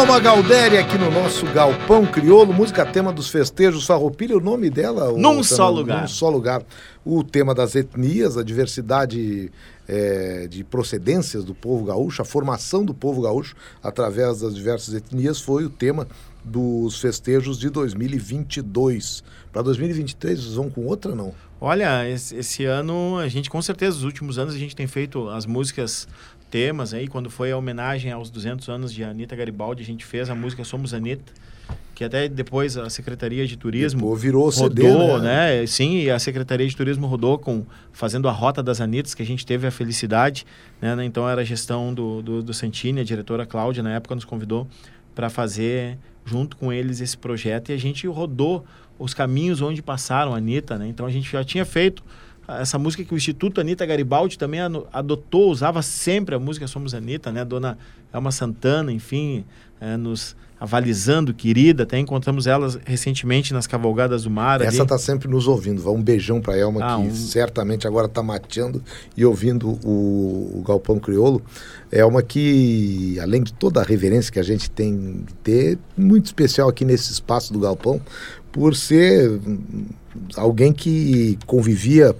A: Alma Galdéria aqui no nosso Galpão Crioulo, música tema dos festejos Farroupilha, o nome dela?
B: Num
A: o,
B: só
A: também,
B: lugar.
A: Num só lugar. O tema das etnias, a diversidade é, de procedências do povo gaúcho, a formação do povo gaúcho através das diversas etnias foi o tema dos festejos de dois mil e vinte e dois. Para dois mil e vinte e três, vocês vão com outra, não?
B: Olha, esse, esse ano, a gente com certeza, nos últimos anos, a gente tem feito as músicas temas aí. Quando foi a homenagem aos duzentos anos de Anita Garibaldi, a gente fez a música Somos Anita, que até depois a Secretaria de Turismo
A: Depois virou C D,
B: rodou,
A: né?
B: né? Sim, e a Secretaria de Turismo rodou com, fazendo a Rota das Anitas, que a gente teve a felicidade, né? Então era a gestão do, do, do Santini, a diretora Cláudia, na época, nos convidou para fazer junto com eles esse projeto, e a gente rodou os caminhos onde passaram a Anitta, né? Então a gente já tinha feito essa música que o Instituto Anita Garibaldi também adotou, usava sempre a música Somos Anita, né? Dona Elma Santana, enfim, é, nos avalizando, querida, até encontramos elas recentemente nas Cavalgadas do Mar.
A: Essa
B: ali.
A: tá sempre nos ouvindo. Vai um beijão para Elma,
B: Ah,
A: que
B: um...
A: certamente agora tá mateando e ouvindo o, o Galpão Crioulo. Elma que, além de toda a reverência que a gente tem de ter, muito especial aqui nesse espaço do Galpão, por ser alguém que convivia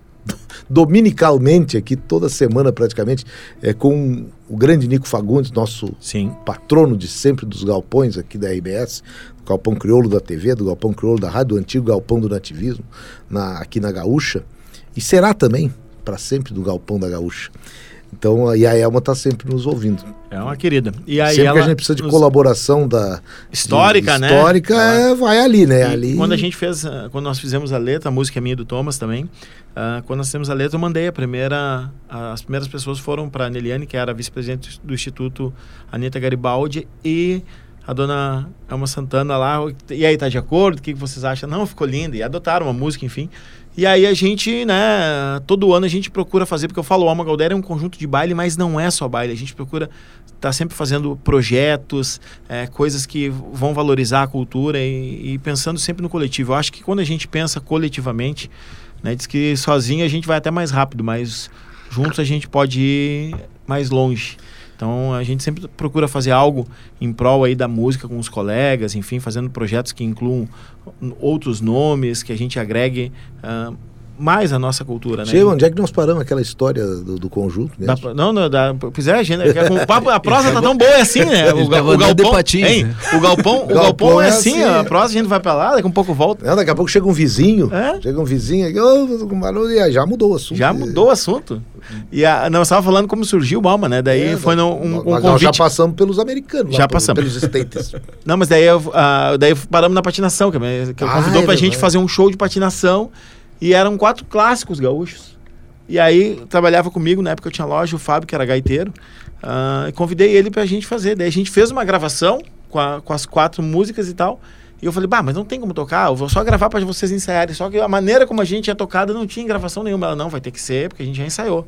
A: dominicalmente aqui, toda semana praticamente, é, com o grande Nico Fagundes, nosso
B: Sim.
A: patrono de sempre dos galpões aqui da R B S, do Galpão Crioulo da T V, do Galpão Crioulo da Rádio, do antigo Galpão do Nativismo, na, aqui na Gaúcha, e será também para sempre do Galpão da Gaúcha. Então, e a Elma está sempre nos ouvindo.
B: É uma querida. E aí
A: sempre
B: ela,
A: que a gente precisa de
B: nos...
A: colaboração da
B: histórica,
A: de,
B: né?
A: Histórica, é, vai ali, né?
B: E
A: Ali...
B: Quando a gente fez, quando nós fizemos a letra, a música é minha e do Thomas também, uh, quando nós fizemos a letra, eu mandei a primeira, as primeiras pessoas foram para a Neliane, que era a vice-presidente do Instituto Anita Garibaldi, e a dona Elma Santana lá, e aí, tá de acordo? O que vocês acham? Não, ficou lindo, e adotaram uma música, enfim. E aí a gente, né, todo ano a gente procura fazer, porque eu falo, o Alma Galdéria é um conjunto de baile, mas não é só baile, a gente procura estar tá sempre fazendo projetos, é, coisas que vão valorizar a cultura e, e pensando sempre no coletivo. Eu acho que quando a gente pensa coletivamente, né, diz que sozinho a gente vai até mais rápido, mas juntos a gente pode ir mais longe. Então a gente sempre procura fazer algo em prol aí da música com os colegas, enfim, fazendo projetos que incluam outros nomes, que a gente agregue uh, mais a nossa cultura, né?
A: Chega, onde é que nós paramos aquela história do, do conjunto mesmo?
B: Da, não, não, da, pois é, a gente, o papo, a prosa tá tão boa assim, né? O, o, o galpão,
F: patins,
B: hein?
F: né?
B: O galpão, o galpão, galpão é assim, assim, a prosa a gente vai pra lá, daqui a um pouco volta.
A: Não, daqui a pouco chega um vizinho,
B: é?
A: chega um vizinho aqui, oh, com barulho, e já mudou o assunto.
B: Já mudou o assunto. E a, não, eu estava falando como surgiu o Alma, né? Daí é, foi no, um, um
A: nós
B: convite.
A: já passamos pelos americanos.
B: Já
A: lá,
B: passamos.
A: Pelos States.
B: Não, mas daí, eu, uh, daí paramos na patinação, que, que eu
A: ah,
B: convidou
A: é
B: pra gente
A: verdade.
B: fazer um show de patinação. E eram quatro clássicos gaúchos. E aí, trabalhava comigo, na época eu tinha loja, o Fábio, que era gaiteiro. Uh, e convidei ele pra gente fazer. Daí a gente fez uma gravação com, a, com as quatro músicas e tal. E eu falei, bah, mas não tem como tocar, eu vou só gravar pra vocês ensaiarem. Só que a maneira como a gente tinha tocado não tinha gravação nenhuma. Ela, não, vai ter que ser, porque a gente já ensaiou.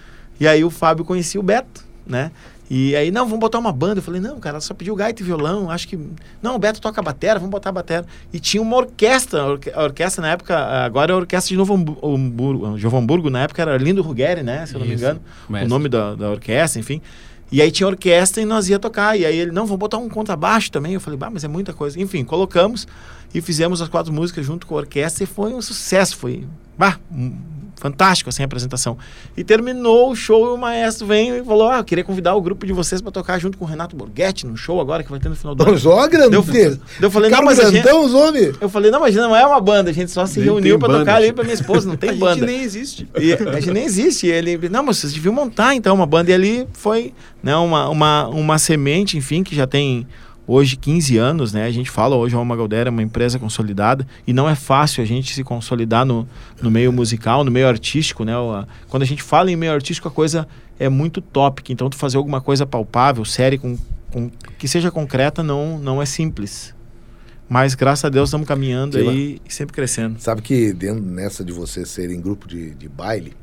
B: E aí o Fábio conhecia o Beto, né? E aí, não, vamos botar uma banda. Eu falei, não, cara, ela só pediu gaita e violão, acho que... Não, o Beto toca batera, vamos botar a batera. E tinha uma orquestra, a, orque... a orquestra na época, agora é a orquestra de Novo Hamburgo, Novo Hamburgo, na época era Lindo Ruggeri, né, se eu não me engano, mestre. O nome da, da orquestra, enfim. E aí tinha orquestra e nós ia tocar. E aí ele, não, vamos botar um contrabaixo também. Eu falei, bah, mas é muita coisa. Enfim, colocamos e fizemos as quatro músicas junto com a orquestra e foi um sucesso, foi, bah, um... fantástico, assim, a apresentação. E terminou o show e o maestro veio e falou, ah, eu queria convidar o grupo de vocês para tocar junto com o Renato Borghetti no show agora que vai ter no final do ano.
A: Ó, grande.
B: Eu, eu falei, não, mas a gente...
A: os homens.
B: Eu falei, não, mas não é uma banda, a gente só se nem reuniu para tocar ali para minha esposa, não tem
C: a
B: banda.
C: A gente nem existe.
B: E a gente nem existe. E ele, não, mas vocês deviam montar então uma banda. E ali foi, né, uma, uma, uma semente, enfim, que já tem... Hoje, quinze anos, né? A gente fala hoje a Alma Galdéria é uma empresa consolidada e não é fácil a gente se consolidar no, no meio musical, no meio artístico, né? Quando a gente fala em meio artístico, a coisa é muito tópica. Então, tu fazer alguma coisa palpável, séria, com, com, que seja concreta, não, não é simples. Mas, graças a Deus, estamos caminhando que aí lá. E sempre crescendo.
A: Sabe que dentro nessa de vocês serem grupo de, de baile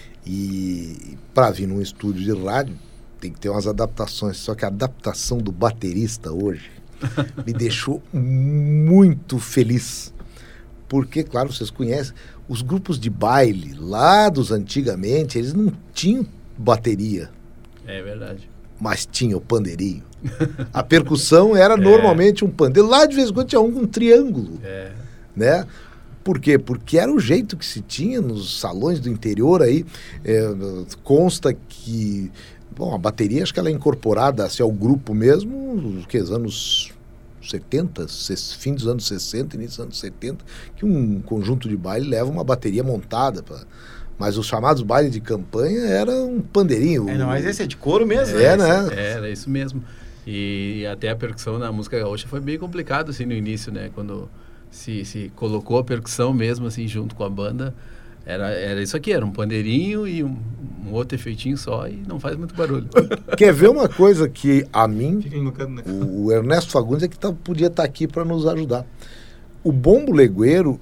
A: e para vir num estúdio de rádio, tem que ter umas adaptações, só que a adaptação do baterista hoje me deixou muito feliz. Porque, claro, vocês conhecem, os grupos de baile lá dos antigamente, eles não tinham bateria.
F: É verdade.
A: mas tinha o pandeirinho. A percussão era é. normalmente um pandeiro. Lá de vez em quando tinha um com um triângulo. É. Né? Por quê? Porque era o jeito que se tinha nos salões do interior aí. É, consta que... Bom, a bateria acho que ela é incorporada assim, ao grupo mesmo, nos que, anos setenta, fim dos anos sessenta, início dos anos setenta, que um conjunto de baile leva uma bateria montada pra... Mas os chamados bailes de campanha era um pandeirinho.
B: É, não, mas esse é de couro mesmo.
A: É, né?
F: Era, era isso mesmo. E até a percussão na música gaúcha foi bem complicado, assim, no início, né? Quando se, se colocou a percussão mesmo, assim, junto com a banda, era, era isso aqui, era um pandeirinho e um, um outro efeitinho só e não faz muito barulho.
A: Quer ver uma coisa que a mim,
E: canto, né?
A: o, o Ernesto Fagundes é que tá, podia estar tá aqui para nos ajudar. O bombo legueiro,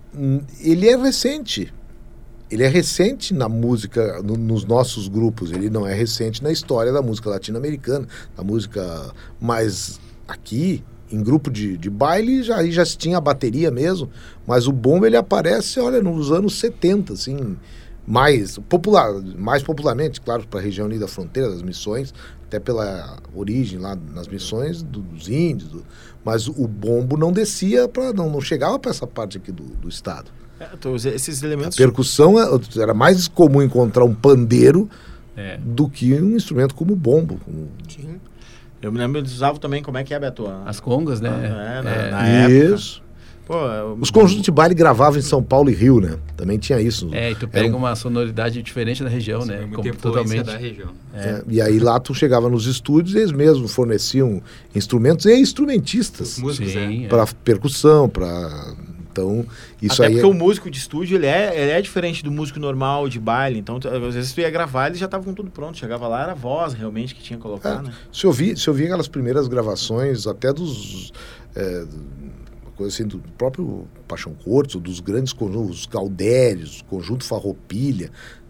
A: ele é recente. Ele é recente na música, no, nos nossos grupos, ele não é recente na história da música latino-americana, da música mais aqui, em grupo de, de baile, já, aí já se tinha a bateria mesmo, mas o bombo ele aparece, olha, nos anos setenta, assim, mais, popular, mais popularmente, claro, para a região ali da fronteira, das missões, até pela origem lá nas missões do, dos índios, do, mas o bombo não descia, pra, não, não chegava para essa parte aqui do, do estado.
B: É, então, esses elementos...
A: A percussão era mais comum encontrar um pandeiro
F: é. do
A: que um instrumento como o bombo. Como...
B: Sim. Eu me lembro, eles usavam também, como é que é, Beto?
F: As congas, né?
B: Ah, é, na,
F: é.
B: na época.
A: Isso.
B: Pô, eu...
A: Os conjuntos de baile gravavam em São Paulo e Rio, né? Também tinha isso.
F: É, e tu pega um... uma sonoridade diferente da região, Sim, né?
E: Como, totalmente da região.
A: É. É, e aí lá tu chegava nos estúdios e eles mesmos forneciam instrumentos e instrumentistas. Para é. percussão, para... Então, isso
B: Até
A: aí
B: porque
A: é...
B: o músico de estúdio, ele é, ele é diferente do músico normal de baile. Então, tu, às vezes tu ia gravar, ele já estava com tudo pronto. Chegava lá, era a voz realmente que tinha que colocar,
A: é.
B: né?
A: Se eu vi, se eu vi aquelas primeiras gravações, até dos... É, coisa assim, do próprio Paixão Cortes, dos grandes conjuntos, os Galdérios, o Conjunto Farroupilha,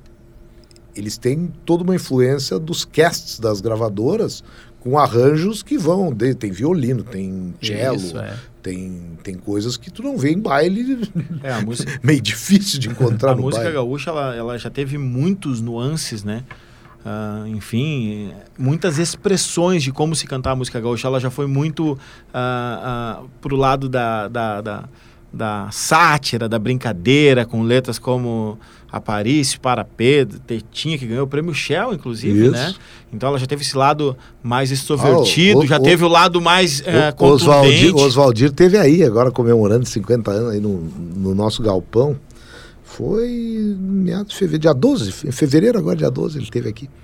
A: eles têm toda uma influência dos casts das gravadoras com arranjos que vão, de, tem violino, tem cello,
F: Isso, é.
A: tem, tem coisas que tu não vê em baile,
B: é, a música,
A: meio difícil de encontrar
B: a
A: no
B: música
A: baile.
B: gaúcha, ela, ela já teve muitos nuances, né? Uh, enfim, muitas expressões de como se cantar a música gaúcha. Ela já foi muito uh, uh, pro lado da, da, da, da sátira, da brincadeira, com letras como Aparício, Para Pedro, Tetinha, que ganhou o prêmio Shell, inclusive, Isso. né? Então ela já teve esse lado mais extrovertido, ah, o, já o, teve o, o lado mais uh,
A: o, contundente. O Oswaldir teve aí, agora comemorando cinquenta anos aí no, no nosso galpão. Foi em meados de fevereiro, dia doze, em fevereiro agora, dia doze, ele esteve aqui.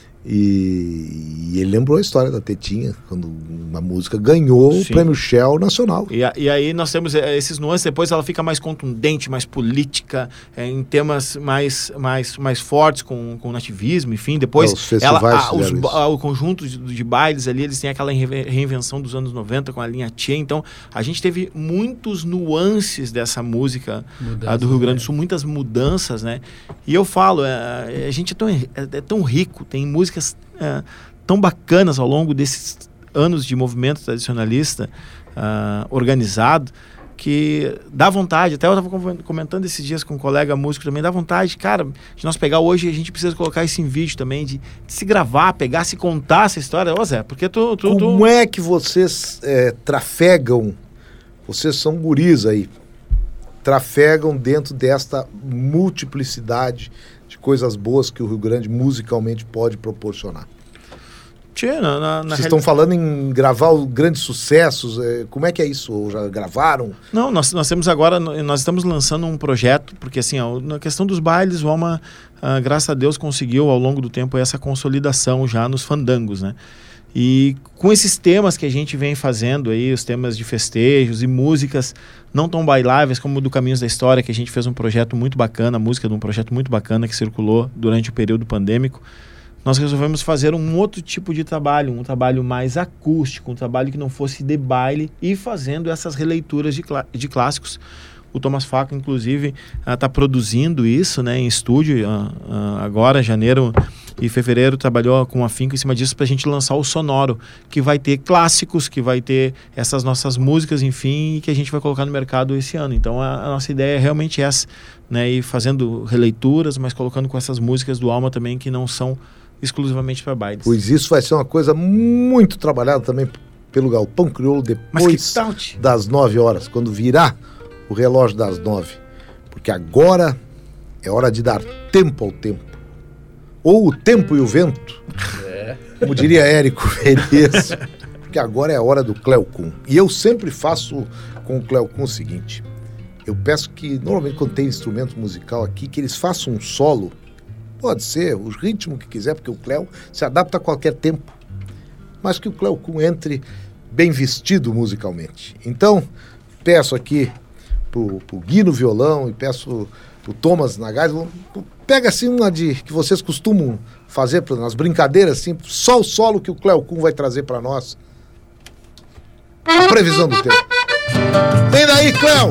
A: E, e ele lembrou a história da Tetinha, quando uma música ganhou Sim. o prêmio Shell nacional.
B: E, a, e aí nós temos esses nuances, depois ela fica mais contundente, mais política, é, em temas mais, mais, mais fortes com, com o nativismo, enfim. Depois
A: é, os festivais
B: ela, a, os,
A: a,
B: o conjunto de, de bailes ali, eles têm aquela reinvenção dos anos noventa com a linha Tchê. Então a gente teve muitos nuances dessa música a, do Rio Grande do Sul, muitas mudanças, né? E eu falo, é, a gente é tão, é, é tão rico, tem música É, tão bacanas ao longo desses anos de movimento tradicionalista uh, organizado, que dá vontade, até eu estava comentando esses dias com um colega músico também, dá vontade, cara, de nós pegar hoje, a gente precisa colocar isso em vídeo também, de, de se gravar, pegar, se contar essa história. Ô Zé, porque tu... tu
A: Como
B: tu...
A: é que vocês é, trafegam, vocês são guris aí, trafegam dentro desta multiplicidade de coisas boas que o Rio Grande musicalmente pode proporcionar?
B: Tchê, na, na,
A: Vocês estão reali... falando em gravar grandes sucessos, é, como é que é isso? Ou já gravaram?
B: Não, nós, nós temos agora, nós estamos lançando um projeto, porque assim, ó, na questão dos bailes, o Alma, ah, graças a Deus, conseguiu ao longo do tempo essa consolidação já nos fandangos, né? E com esses temas que a gente vem fazendo aí, os temas de festejos e músicas não tão bailáveis como o do Caminhos da História, que a gente fez um projeto muito bacana, a música de um projeto muito bacana que circulou durante o período pandêmico, nós resolvemos fazer um outro tipo de trabalho, um trabalho mais acústico, um trabalho que não fosse de baile e fazendo essas releituras de, clá de clássicos. O Thomas Faca, inclusive, está uh, produzindo isso, né, em estúdio, uh, uh, agora, janeiro e fevereiro, trabalhou com afinco em cima disso para a gente lançar o Sonoro, que vai ter clássicos, que vai ter essas nossas músicas, enfim, que a gente vai colocar no mercado esse ano. Então, a, a nossa ideia é realmente essa, né, ir fazendo releituras, mas colocando com essas músicas do Alma também, que não são exclusivamente para bailes.
A: Pois isso vai ser uma coisa muito trabalhada também pelo Galpão Crioulo depois
B: tal, tio?
A: das nove horas, quando virar o relógio das nove. Porque agora é hora de dar tempo ao tempo. Ou o tempo e o vento,
F: É.
A: como diria Érico Veríssimo. Porque agora é a hora do Cleocum. E eu sempre faço com o Cleocum o seguinte. Eu peço que, normalmente quando tem instrumento musical aqui, que eles façam um solo. Pode ser o ritmo que quiser, porque o Cleo se adapta a qualquer tempo. Mas que o Cleocum entre bem vestido musicalmente. Então, peço aqui pro, pro Gui no violão e peço pro Thomas na gaita. Pega assim uma de que vocês costumam fazer pra, nas brincadeiras, assim, só o solo que o Cleocum vai trazer para nós. A previsão do tempo. Vem daí, Cleo!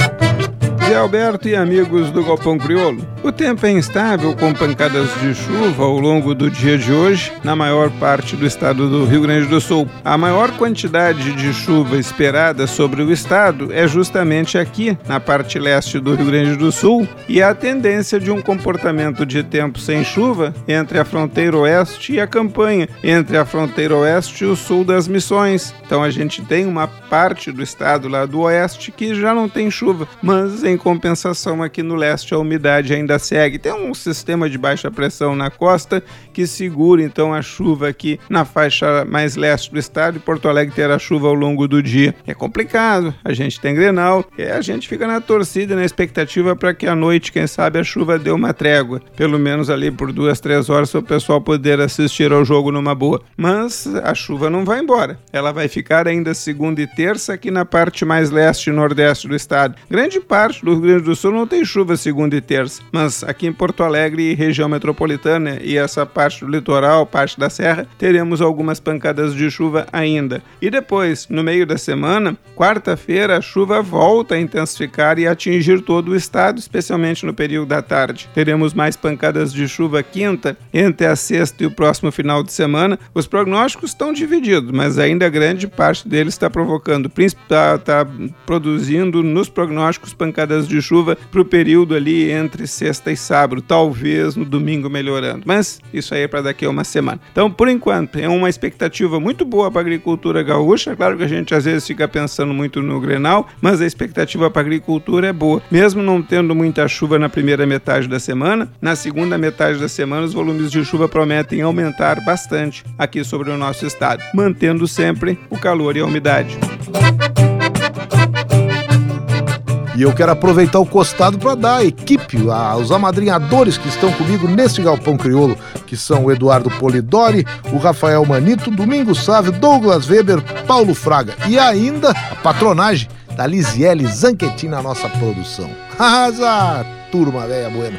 G: Zé Alberto e amigos do Galpão Crioulo. O tempo é instável, com pancadas de chuva ao longo do dia de hoje, na maior parte do estado do Rio Grande do Sul. A maior quantidade de chuva esperada sobre o estado é justamente aqui, na parte leste do Rio Grande do Sul, e a tendência de um comportamento de tempo sem chuva entre a fronteira oeste e a campanha, entre a fronteira oeste e o sul das Missões. Então a gente tem uma parte do estado lá do oeste que já não tem chuva, mas em compensação aqui no leste a umidade ainda segue. Tem um sistema de baixa pressão na costa que segura então a chuva aqui na faixa mais leste do estado, e Porto Alegre terá chuva ao longo do dia. É complicado, a gente tem Grenal, e a gente fica na torcida, na expectativa para que à noite, quem sabe, a chuva dê uma trégua, pelo menos ali por duas, três horas, para o pessoal poder assistir ao jogo numa boa. Mas a chuva não vai embora, ela vai ficar ainda segunda e terça aqui na parte mais leste e nordeste do estado. Grande parte do Rio Grande do Sul não tem chuva segunda e terça, mas aqui em Porto Alegre e região metropolitana e essa parte do litoral, parte da serra, teremos algumas pancadas de chuva ainda. E depois, no meio da semana, quarta-feira, a chuva volta a intensificar e atingir todo o estado, especialmente no período da tarde. Teremos mais pancadas de chuva quinta, entre a sexta e o próximo final de semana. Os prognósticos estão divididos, mas ainda grande parte deles está provocando, está tá produzindo nos prognósticos pancadas de chuva para o período ali entre sexta e sábado, talvez no domingo melhorando, mas isso aí é para daqui a uma semana. Então, por enquanto, é uma expectativa muito boa para a agricultura gaúcha. Claro que a gente às vezes fica pensando muito no Grenal, mas a expectativa para a agricultura é boa. Mesmo não tendo muita chuva na primeira metade da semana, na segunda metade da semana os volumes de chuva prometem aumentar bastante aqui sobre o nosso estado, mantendo sempre o calor e a umidade.
A: E eu quero aproveitar o costado para dar a equipe, aos amadrinhadores que estão comigo neste Galpão Crioulo, que são o Eduardo Polidori, o Rafael Manito, Domingos Sávio, Douglas Weber, Paulo Fraga e ainda a patronagem da Lisiele Zanquetin na nossa produção. Arrasa, turma velha buena!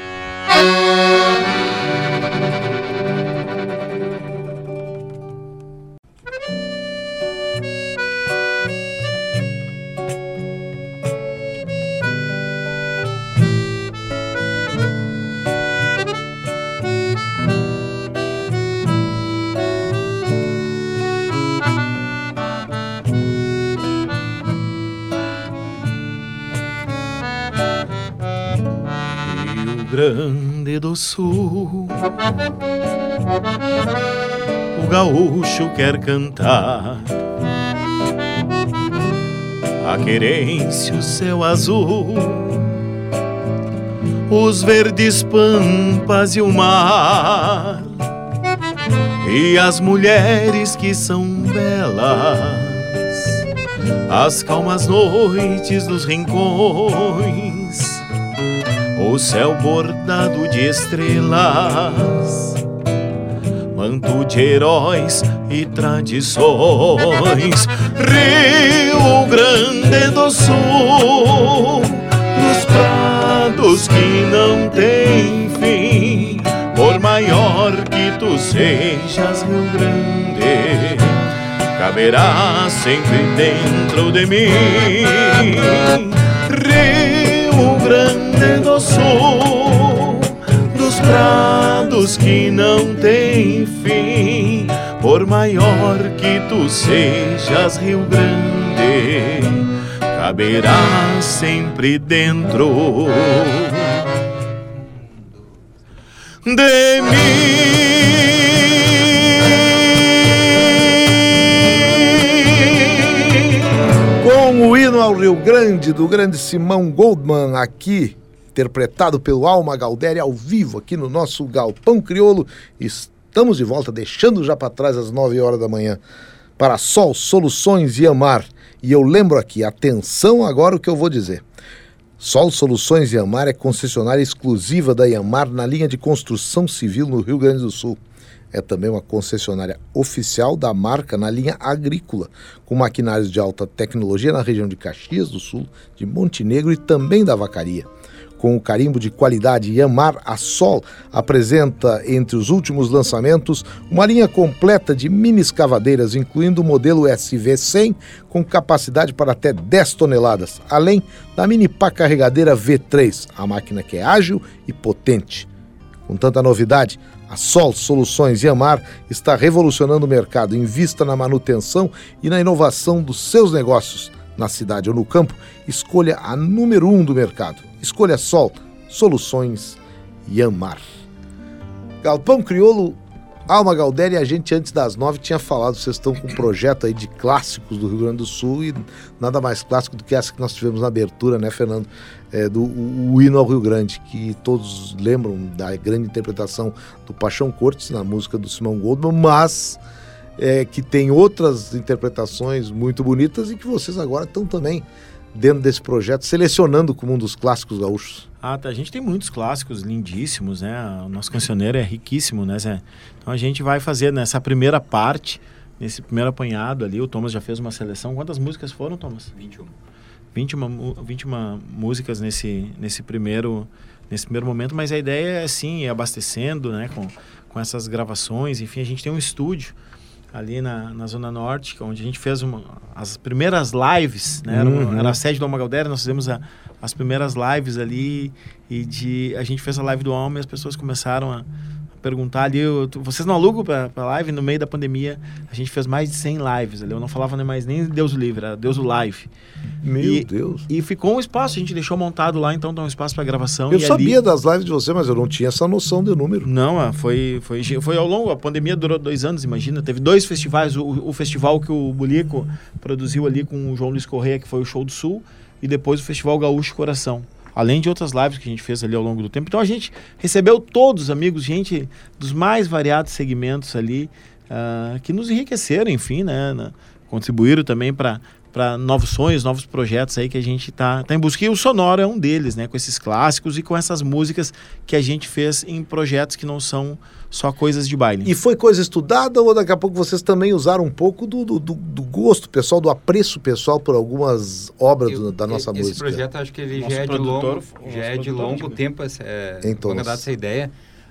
B: Grande do Sul, o gaúcho quer cantar a querência, o céu azul, os verdes pampas e o mar, e as mulheres que são belas, as calmas noites dos rincões, o céu bordado de estrelas, manto de heróis e tradições. Rio Grande do Sul, nos prados que não tem fim, por maior que tu sejas, Rio Grande, caberá sempre dentro de mim. Rio Grande do Sul, dos prados que não tem fim, por maior que tu sejas, Rio Grande, caberá sempre dentro de mim.
A: Rio Grande, do grande Simão Goldman, aqui, interpretado pelo Alma Galdéria, ao vivo, aqui no nosso Galpão Crioulo. Estamos de volta, deixando já para trás às nove horas da manhã, para Sol, Soluções Iamar. E eu lembro aqui, atenção agora o que eu vou dizer. Sol Soluções Iamar é concessionária exclusiva da Iamar na linha de construção civil no Rio Grande do Sul. É também uma concessionária oficial da marca na linha agrícola, com maquinários de alta tecnologia na região de Caxias do Sul, de Montenegro e também da Vacaria. Com o carimbo de qualidade Iamar, a Sol apresenta, entre os últimos lançamentos, uma linha completa de mini escavadeiras, incluindo o modelo S V cem, com capacidade para até dez toneladas, além da mini pá carregadeira V três, a máquina que é ágil e potente. Com tanta novidade, a Sol Soluções Iamar está revolucionando o mercado. Invista na manutenção e na inovação dos seus negócios. Na cidade ou no campo, escolha a número um do mercado. Escolha Sol Soluções Iamar. Galpão Crioulo, Alma Galdéria, a gente antes das nove tinha falado, vocês estão com um projeto aí de clássicos do Rio Grande do Sul e nada mais clássico do que essa que nós tivemos na abertura, né, Fernando? É, do o, o hino ao Rio Grande, que todos lembram da grande interpretação do Paixão Cortes na música do Simão Goldman, mas é, que tem outras interpretações muito bonitas e que vocês agora estão também dentro desse projeto, selecionando como um dos clássicos gaúchos.
B: Ah, tá. A gente tem muitos clássicos lindíssimos, né? O nosso cancioneiro é riquíssimo, né, Zé? Então a gente vai fazer nessa primeira parte, nesse primeiro apanhado ali, o Thomas já fez uma seleção. Quantas músicas foram, Thomas?
E: vinte e um.
B: vinte e uma, vinte e uma músicas nesse, nesse, primeiro, nesse primeiro momento, mas a ideia é, sim, ir abastecendo, né, com, com essas gravações. Enfim, a gente tem um estúdio ali na, na Zona Norte, onde a gente fez uma, as primeiras lives, né? Era, uma,
A: Uhum.
B: era a sede do Alma Galdéria, nós fizemos a, as primeiras lives ali, e de, a gente fez a live do Alma e as pessoas começaram a perguntar ali, eu, tu, vocês não alugam pra, pra live? No meio da pandemia, a gente fez mais de cem lives ali, eu não falava nem mais nem Deus o Livre, era Deus o Live.
A: Meu
B: E-
A: Deus.
B: E ficou um espaço, a gente deixou montado lá, então tem um espaço para gravação.
A: Eu
B: e
A: sabia
B: ali...
A: das lives de você, mas eu não tinha essa noção de número.
B: Não, ah, foi, foi, foi ao longo, a pandemia durou dois anos, imagina. Teve dois festivais, o, o festival que o Bulico produziu ali com o João Luiz Correia, que foi o Show do Sul, e depois o Festival Gaúcho Coração. Além de outras lives que a gente fez ali ao longo do tempo. Então a gente recebeu todos, amigos, gente dos mais variados segmentos ali, ah, que nos enriqueceram, enfim, né? na- contribuíram também para para novos sonhos, novos projetos aí que a gente tá, tá em busca. E o Sonoro é um deles, né? Com esses clássicos e com essas músicas que a gente fez em projetos que não são só coisas de baile.
A: E foi coisa estudada ou daqui a pouco vocês também usaram um pouco do, do, do- do gosto pessoal, do apreço pessoal por algumas obras
E: Eu-
A: do- da nossa
E: esse
A: música?
E: projeto, acho que ele
B: Nosso
E: já é de
B: produtor-
E: longo,
B: o
E: já
B: nosso
E: é de
B: produtor,
E: longo
B: diga.
E: tempo essa, é,
A: Então,
E: longa data
A: nós-
E: essa ideia.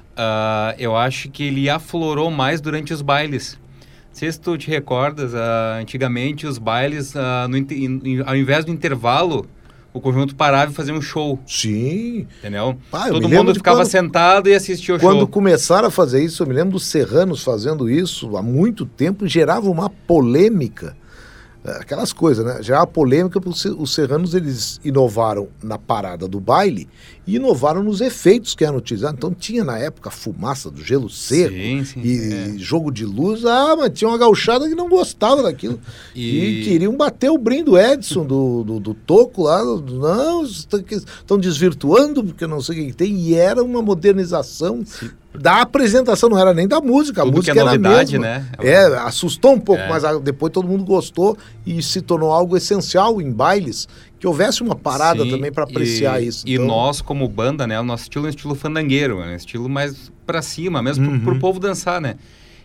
E: Ah, eu acho que ele aflorou mais durante os bailes. Não sei se tu te recordas, ah, antigamente os bailes, ah, no inter- in- ao invés do intervalo, o conjunto parava e fazia um show,
A: Sim.
E: entendeu?
A: Ah, eu me
E: Todo
A: lembro
E: mundo
A: de
E: ficava
A: quando-
E: sentado e assistia o
A: Quando
E: show.
A: começaram a fazer isso, eu me lembro dos Serranos fazendo isso há muito tempo, gerava uma polêmica. Aquelas coisas, né? Gerava polêmica porque os Serranos, eles inovaram na parada do baile e inovaram nos efeitos que eram utilizados. Então tinha na época a fumaça do gelo seco
E: Sim, sim.
A: e jogo de luz. Ah, mas tinha uma gauchada que não gostava daquilo. E,
E: E-
A: queriam bater o brim do Edson, do, do, do Toco lá. do- Não, estão desvirtuando porque não sei o que tem. E era uma modernização da apresentação, não era nem da música. A
E: Tudo
A: música
E: que é
A: era a
E: novidade,
A: mesma.
E: né?
A: É, assustou um pouco,
E: É.
A: mas ah, depois todo mundo gostou e se tornou algo essencial em bailes, que houvesse uma parada
E: Sim,
A: também para apreciar
E: e,
A: isso.
E: E
A: Então,
E: nós, como banda, né? O nosso estilo é um estilo fandangueiro, é um estilo mais pra cima, mesmo
A: Uhum.
E: pro, pro povo dançar, né?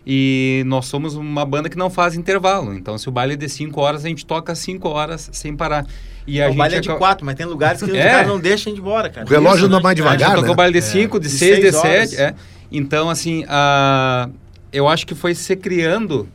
E: E nós somos uma banda que não faz intervalo. Então, se o baile é de cinco horas, a gente toca cinco horas sem parar. E a
B: o
E: gente
B: baile é de
E: aca-
B: quatro, mas tem lugares que os
E: É.
B: caras não deixam a gente embora, cara.
A: O relógio
B: Isso,
A: anda
B: né?
A: mais
E: A gente
A: devagar,
E: tocou
A: né?
E: baile de cinco, de
B: De
E: seis, de
B: seis horas.
E: sete. É. Então, assim, a... eu acho que foi se criando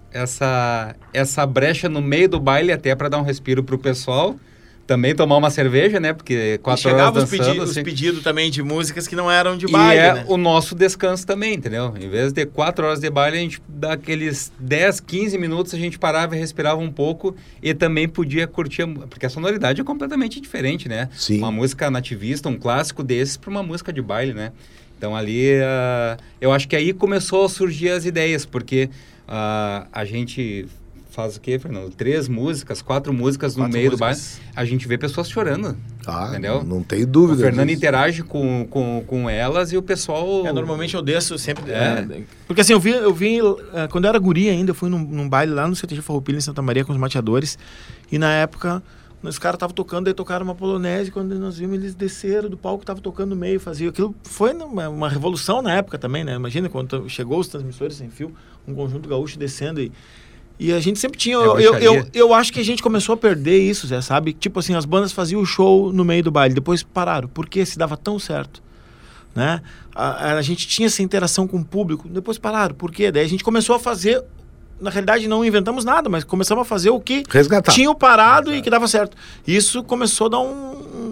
E: essa, essa brecha no meio do baile até para dar um respiro pro pessoal. Também tomar uma cerveja, né? Porque
B: E
E: quatro horas
B: chegava os,
E: dançando,
B: pedi os
E: assim.
B: pedidos também de músicas que não eram de
E: E
B: baile,
E: é
B: né?
E: o nosso descanso também, entendeu? Em vez de quatro horas de baile, a gente dá aqueles dez, quinze minutos, a gente parava e respirava um pouco e também podia curtir, a, mu- porque a sonoridade é completamente diferente, né?
A: Sim.
E: Uma música nativista, um clássico desses para uma música de baile, né? Então ali, ah, eu acho que aí começou a surgir as ideias, porque ah, a gente faz o quê, Fernando? Três músicas, quatro músicas no
B: Quatro
E: meio
B: músicas.
E: do baile, a gente vê pessoas chorando.
A: Ah,
E: Entendeu?
A: não tenho dúvida
E: O Fernando
A: disso.
E: interage com, com, com elas e o pessoal...
B: É, normalmente eu desço sempre...
E: É.
B: é, porque assim, eu vi, eu vi é, quando eu era guri ainda, eu fui num, num baile lá no C T G Farroupilha, em Santa Maria, com os mateadores, e na época... Os caras estavam tocando, aí tocaram uma polonese, e quando nós vimos, eles desceram do palco, estavam tocando no meio, faziam aquilo. Foi uma, uma revolução na época também, né? Imagina quando chegou os transmissores sem fio, um conjunto gaúcho descendo e... E a gente sempre tinha...
E: É
B: Eu, eu, eu,
E: baixaria.
B: eu acho que a gente começou a perder isso, Zé, sabe? Tipo assim, as bandas faziam o show no meio do baile, depois pararam. Por que se dava tão certo? Né? A, a gente tinha essa interação com o público, depois pararam. Por quê? Daí a gente começou a fazer... Na realidade, não inventamos nada, mas começamos a fazer o que
A: Resgatar.
B: tinha parado e que dava certo. Isso começou a dar um,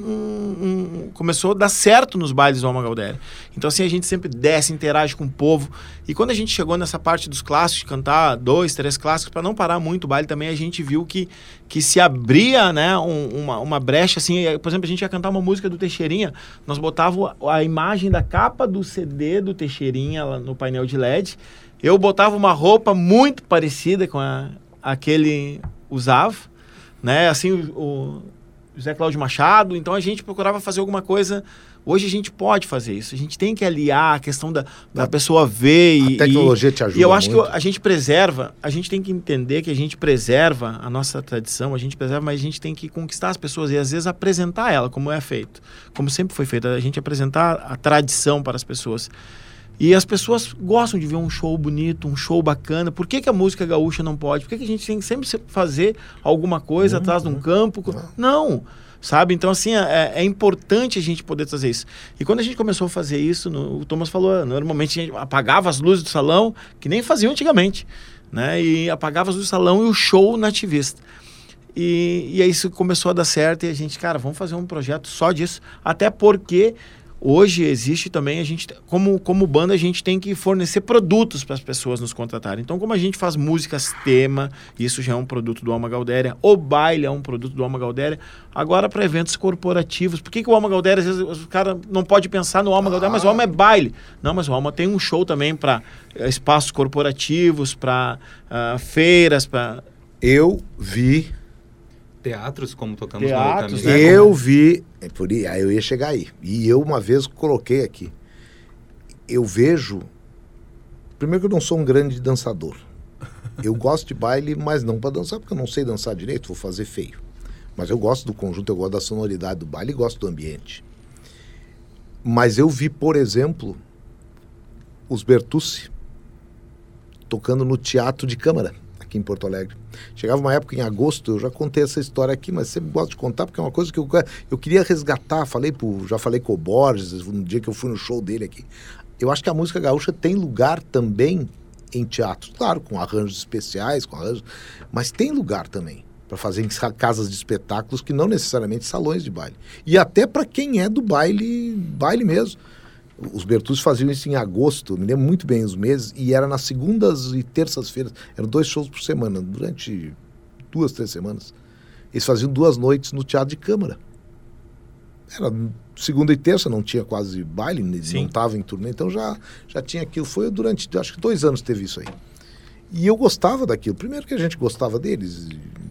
B: um, um- começou a dar certo nos bailes do Alma Galdéria. Então, assim, a gente sempre desce, interage com o povo. E quando a gente chegou nessa parte dos clássicos, de cantar dois, três clássicos, para não parar muito o baile também, a gente viu que, que se abria, né, um- uma, uma brecha, assim. Por exemplo, a gente ia cantar uma música do Teixeirinha, nós botávamos a, a imagem da capa do C D do Teixeirinha lá no painel de L E D. Eu botava uma roupa muito parecida com a, a que ele usava, né? Assim, o, o José Cláudio Machado. Então, a gente procurava fazer alguma coisa... Hoje a gente pode fazer isso. A gente tem que aliar a questão da, da
A: A-
B: pessoa ver e...
A: A tecnologia te
B: e,
A: ajuda
B: e eu acho
A: muito.
B: que a gente preserva... A gente tem que entender que a gente preserva a nossa tradição, a gente preserva, mas a gente tem que conquistar as pessoas e, às vezes, apresentar ela, como é feito. Como sempre foi feito. A gente apresentar a tradição para as pessoas. E as pessoas gostam de ver um show bonito, um show bacana. Por que, que a música gaúcha não pode? Por que, que a gente tem que sempre se- fazer alguma coisa
A: Uhum,
B: atrás de um campo?
A: Não.
B: Não, sabe? Então, assim, é, é importante a gente poder trazer isso. E quando a gente começou a fazer isso, no- o Thomas falou, normalmente a gente apagava as luzes do salão, que nem faziam antigamente, né? E apagava as luzes do salão e o show nativista. E, e aí isso começou a dar certo e a gente, cara, vamos fazer um projeto só disso. Até porque... Hoje existe também, a gente, como, como banda, a gente tem que fornecer produtos para as pessoas nos contratarem. Então, como a gente faz músicas tema, isso já é um produto do Alma Galdéria, o baile é um produto do Alma Galdéria, agora para eventos corporativos. Por que, que o Alma Galdéria, às vezes, o cara não pode pensar no Alma Galdéria, mas o Alma é baile. Não, mas o Alma tem um show também para uh, espaços corporativos, para uh, feiras, para...
A: Eu vi...
E: Teatros, como tocamos
B: Teatros,
E: no
B: né?
E: Camisa.
A: Eu vi, é por aí, aí eu ia chegar aí. E eu uma vez coloquei aqui. Eu vejo. Primeiro que eu não sou um grande dançador. Eu gosto de baile, mas não para dançar, porque eu não sei dançar direito, vou fazer feio. Mas eu gosto do conjunto, eu gosto da sonoridade do baile e gosto do ambiente. Mas eu vi, por exemplo, os Bertucci tocando no Teatro de Câmara, aqui em Porto Alegre. Chegava uma época em agosto, eu já contei essa história aqui, mas sempre gosto de contar, porque é uma coisa que eu, eu queria resgatar. Falei pro, já falei com o Borges, no dia que eu fui no show dele aqui. Eu acho que a música gaúcha tem lugar também em teatro. Claro, com arranjos especiais, com arranjos, mas tem lugar também para fazer em casas de espetáculos que não necessariamente salões de baile. E até para quem é do baile, baile mesmo. Os Bertucci faziam isso em agosto, me lembro muito bem os meses, e era nas segundas e terças-feiras. Eram dois shows por semana, durante duas, três semanas. Eles faziam duas noites no Teatro de Câmara. Era segunda e terça, não tinha quase baile,
B: Sim.
A: não estava em turnê, então já, já tinha aquilo. Foi durante, acho que dois anos teve isso aí. E eu gostava daquilo. Primeiro que a gente gostava deles,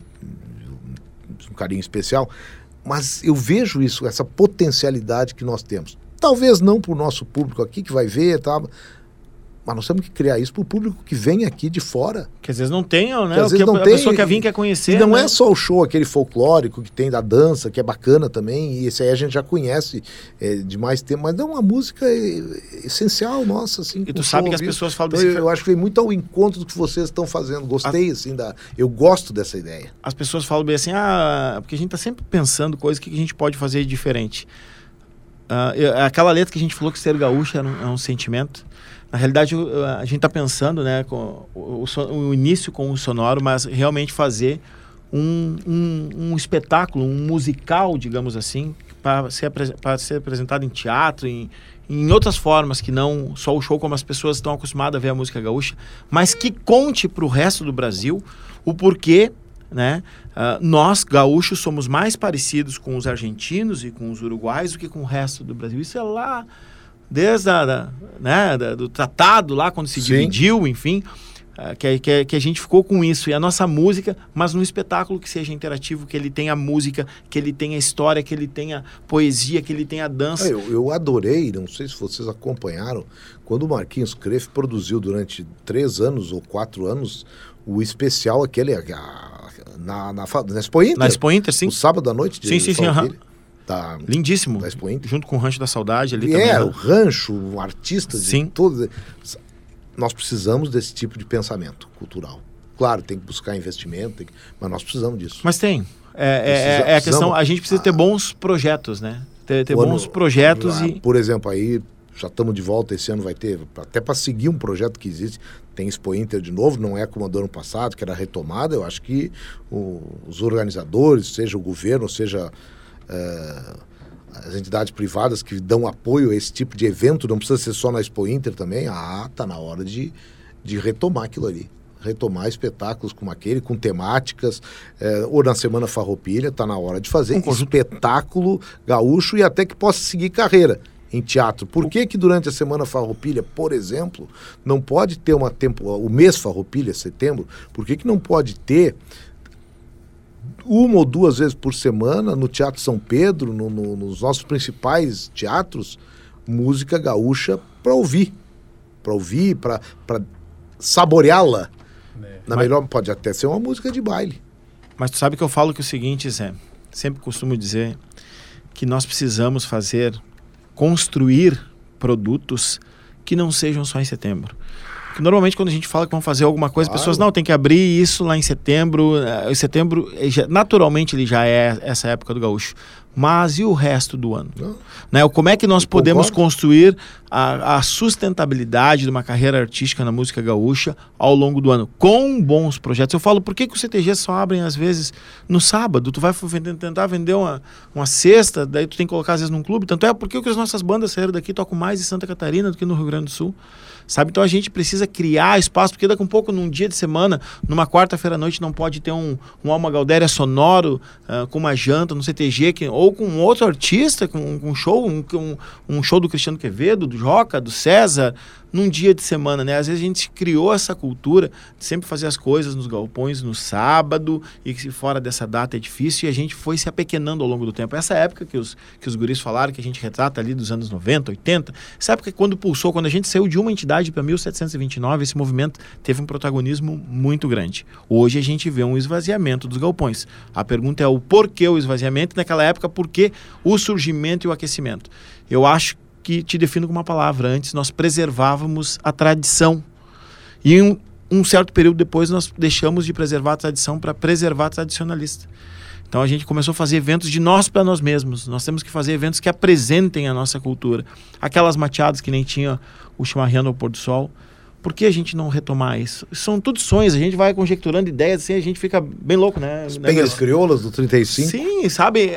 A: um carinho especial, mas eu vejo isso, essa potencialidade que nós temos. Talvez não para o nosso público aqui que vai ver, tá? Mas nós temos que criar isso para o público que vem aqui de fora.
B: Que às vezes não tenham, né?
A: Que às
B: O que
A: vezes
B: a,
A: não
B: a
A: tem,
B: pessoa quer vir, quer conhecer.
A: E não
B: né?
A: é só o show, aquele folclórico que tem da dança, que é bacana também, e esse aí a gente já conhece é, de mais tempo, mas é uma música é, essencial nossa, assim.
B: E
A: com
B: tu
A: o
B: sabe
A: som
B: que as
A: ao vivo.
B: pessoas falam
A: Então,
B: desse...
A: eu, eu acho que vem muito ao encontro do que vocês estão fazendo. Gostei, assim, da... Eu gosto dessa ideia.
B: As pessoas falam bem assim, ah, porque a gente tá sempre pensando coisas que a gente pode fazer de diferente. Ah, eu- aquela letra que a gente falou que ser gaúcho era um, é um sentimento. Na realidade, o- a gente está pensando, né, com o, o, so- o início com o sonoro, mas realmente fazer um, um, um espetáculo, um musical, digamos assim, para ser, apre- para ser apresentado em teatro, em, em outras formas, que não só o show como as pessoas estão acostumadas a ver a música gaúcha, mas que conte para o resto do Brasil o porquê, né, ah, nós, gaúchos, somos mais parecidos com os argentinos e com os uruguaios do que com o resto do Brasil. Isso é lá... Desde a, da, né, da, do tratado lá, quando se
A: Sim.
B: dividiu, enfim, Que, que, que a gente ficou com isso, e a nossa música, mas num espetáculo que seja interativo, que ele tenha música, que ele tenha história, que ele tenha poesia, que ele tenha dança.
A: Eu, eu adorei, não sei se vocês acompanharam, quando o Marquinhos Creff produziu durante três anos ou quatro anos o especial aquele a, na, na, na Expo Inter.
B: Na Expo Inter, sim.
A: O sábado à noite. De
B: sim, sim, sim. Uhum.
A: Da,
B: Lindíssimo.
A: Da Expo Inter.
B: Junto com o Rancho da Saudade ali
A: e
B: também.
A: É,
B: né?
A: o Rancho, um artista
B: sim.
A: de todo... Nós precisamos desse tipo de pensamento cultural. Claro, tem que buscar investimento, tem que... mas nós precisamos disso.
B: Mas tem. É, é, é a questão, a gente precisa ter bons projetos, né? Ter, ter bons ano, projetos
A: lá,
B: e...
A: Por exemplo, aí já estamos de volta, esse ano vai ter, até para seguir um projeto que existe, tem Expo Inter de novo, não é como a do ano passado, que era retomada. Eu acho que o, os organizadores, seja o governo, seja... Uh, as entidades privadas que dão apoio a esse tipo de evento, não precisa ser só na Expo Inter também. Ah, tá na hora de, de retomar aquilo ali. Retomar espetáculos como aquele, com temáticas, é, ou na Semana Farroupilha, tá na hora de fazer um espetáculo gaúcho e até que possa seguir carreira em teatro. Por que que durante a Semana Farroupilha, por exemplo, não pode ter uma tempo, o mês Farroupilha, setembro, por que que não pode ter uma ou duas vezes por semana no Teatro São Pedro, no, no, nos nossos principais teatros, música gaúcha para ouvir, para ouvir, para saboreá-la. É. Na Mas... melhor, pode até ser uma música de baile.
B: Mas tu sabe que eu falo que o seguinte, Zé, sempre costumo dizer que nós precisamos fazer, construir produtos que não sejam só em setembro. Porque normalmente quando a gente fala que vão fazer alguma coisa, claro. As pessoas, não, tem que abrir isso lá em setembro. Em setembro, naturalmente, ele já é essa época do gaúcho. Mas e o resto do ano? Né? Como é que nós Eu podemos concordo. construir a, a sustentabilidade de uma carreira artística na música gaúcha ao longo do ano? Com bons projetos. Eu falo, por que, que os C T Gs só abrem, às vezes, no sábado? Tu vai tentar vender uma, uma cesta, daí tu tem que colocar, às vezes, num clube. Tanto é porque as nossas bandas saíram daqui tocam mais em Santa Catarina do que no Rio Grande do Sul. Sabe? Então a gente precisa criar espaço, porque daqui a um pouco, num dia de semana, numa quarta-feira à noite, não pode ter um, um Alma Galdéria sonoro, uh, com uma janta no C T G, que, ou com outro artista, com, com um show, um, um, um show do Cristiano Quevedo, do Joca, do César, num dia de semana, né? Às vezes a gente criou essa cultura de sempre fazer as coisas nos galpões no sábado, e que fora dessa data é difícil, e a gente foi se apequenando ao longo do tempo. Essa época que os, que os guris falaram, que a gente retrata ali dos anos noventa, oitenta, essa época quando pulsou, quando a gente saiu de uma entidade para mil setecentos e vinte e nove, esse movimento teve um protagonismo muito grande. Hoje a gente vê um esvaziamento dos galpões. A pergunta é o porquê o esvaziamento, e naquela época, por que o surgimento e o aquecimento? Eu acho que te defino com uma palavra. Antes nós preservávamos a tradição. E em um, um certo período depois nós deixamos de preservar a tradição para preservar a tradicionalista. Então a gente começou a fazer eventos de nós para nós mesmos. Nós temos que fazer eventos que apresentem a nossa cultura. Aquelas mateadas que nem tinha o chimarrão ao pôr do sol. Por que a gente não retomar isso? São tudo sonhos, a gente vai conjecturando ideias assim, a gente fica bem louco, né?
A: As penhas crioulas do trinta e cinco.
B: Sim, sabe...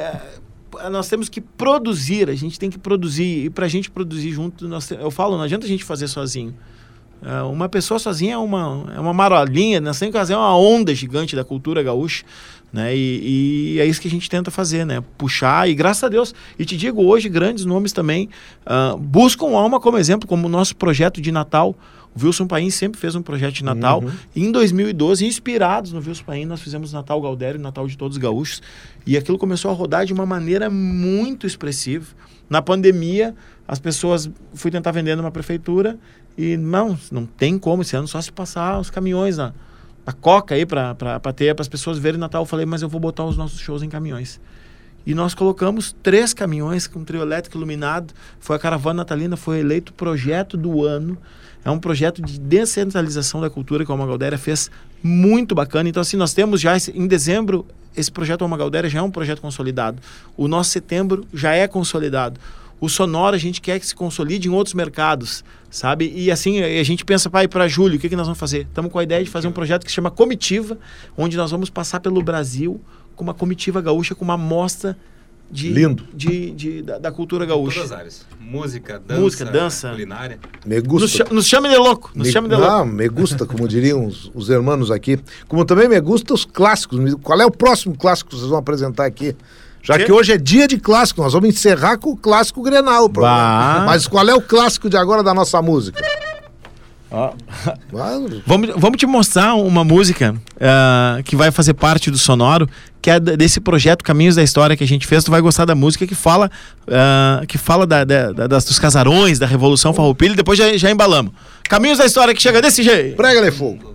B: Nós temos que produzir, a gente tem que produzir, e para a gente produzir junto, nós te... eu falo, não adianta a gente fazer sozinho. É, uma pessoa sozinha é uma, é uma marolinha, nós temos que fazer uma onda gigante da cultura gaúcha, né? E, e é isso que a gente tenta fazer, né? Puxar, e graças a Deus, e te digo, hoje grandes nomes também uh, buscam a Alma como exemplo, como o nosso projeto de Natal. O Wilson Paim sempre fez um projeto de Natal. Uhum. E em dois mil e doze, inspirados no Wilson Paim, nós fizemos Natal Galdério, Natal de Todos os Gaúchos. E aquilo começou a rodar de uma maneira muito expressiva. Na pandemia, as pessoas... Fui tentar vender numa prefeitura e não, não tem como esse ano, só se passar os caminhões na, na Coca aí para ter, para as pessoas verem Natal. Eu falei, mas eu vou botar os nossos shows em caminhões. E nós colocamos três caminhões com trio elétrico iluminado. Foi a Caravana Natalina, foi eleito projeto do ano. É um projeto de descentralização da cultura que a Alma Galdéria fez muito bacana. Então, assim, nós temos já, em dezembro, esse projeto Alma Galdéria já é um projeto consolidado. O nosso setembro já é consolidado. O sonoro a gente quer que se consolide em outros mercados, sabe? E assim, a gente pensa, pai, para julho, o que, que nós vamos fazer? Estamos com a ideia de fazer um projeto que se chama Comitiva, onde nós vamos passar pelo Brasil com uma comitiva gaúcha, com uma mostra de,
A: Lindo.
B: de, de, da, da cultura gaúcha.
E: Em todas as áreas. Música, dança,
B: Música, dança,
E: culinária.
A: Me gusta.
B: Nos, nos chame de louco. Nos
A: me,
B: chame de
A: não,
B: louco.
A: me gusta, como diriam os, os irmãos aqui. Como também me gusta os clássicos. Qual é o próximo clássico que vocês vão apresentar aqui? Já que, que hoje é dia de clássico, nós vamos encerrar com o clássico Grenal. Mas qual é o clássico de agora da nossa música?
B: Ó. Vamos, vamos te mostrar uma música uh, que vai fazer parte do sonoro, que é desse projeto Caminhos da História que a gente fez. Tu vai gostar da música que fala, uh, que fala da, da, da, das, dos casarões, da Revolução Farroupilha, e depois já, já embalamos. Caminhos da História que chega desse jeito.
A: Prega-lhe fogo.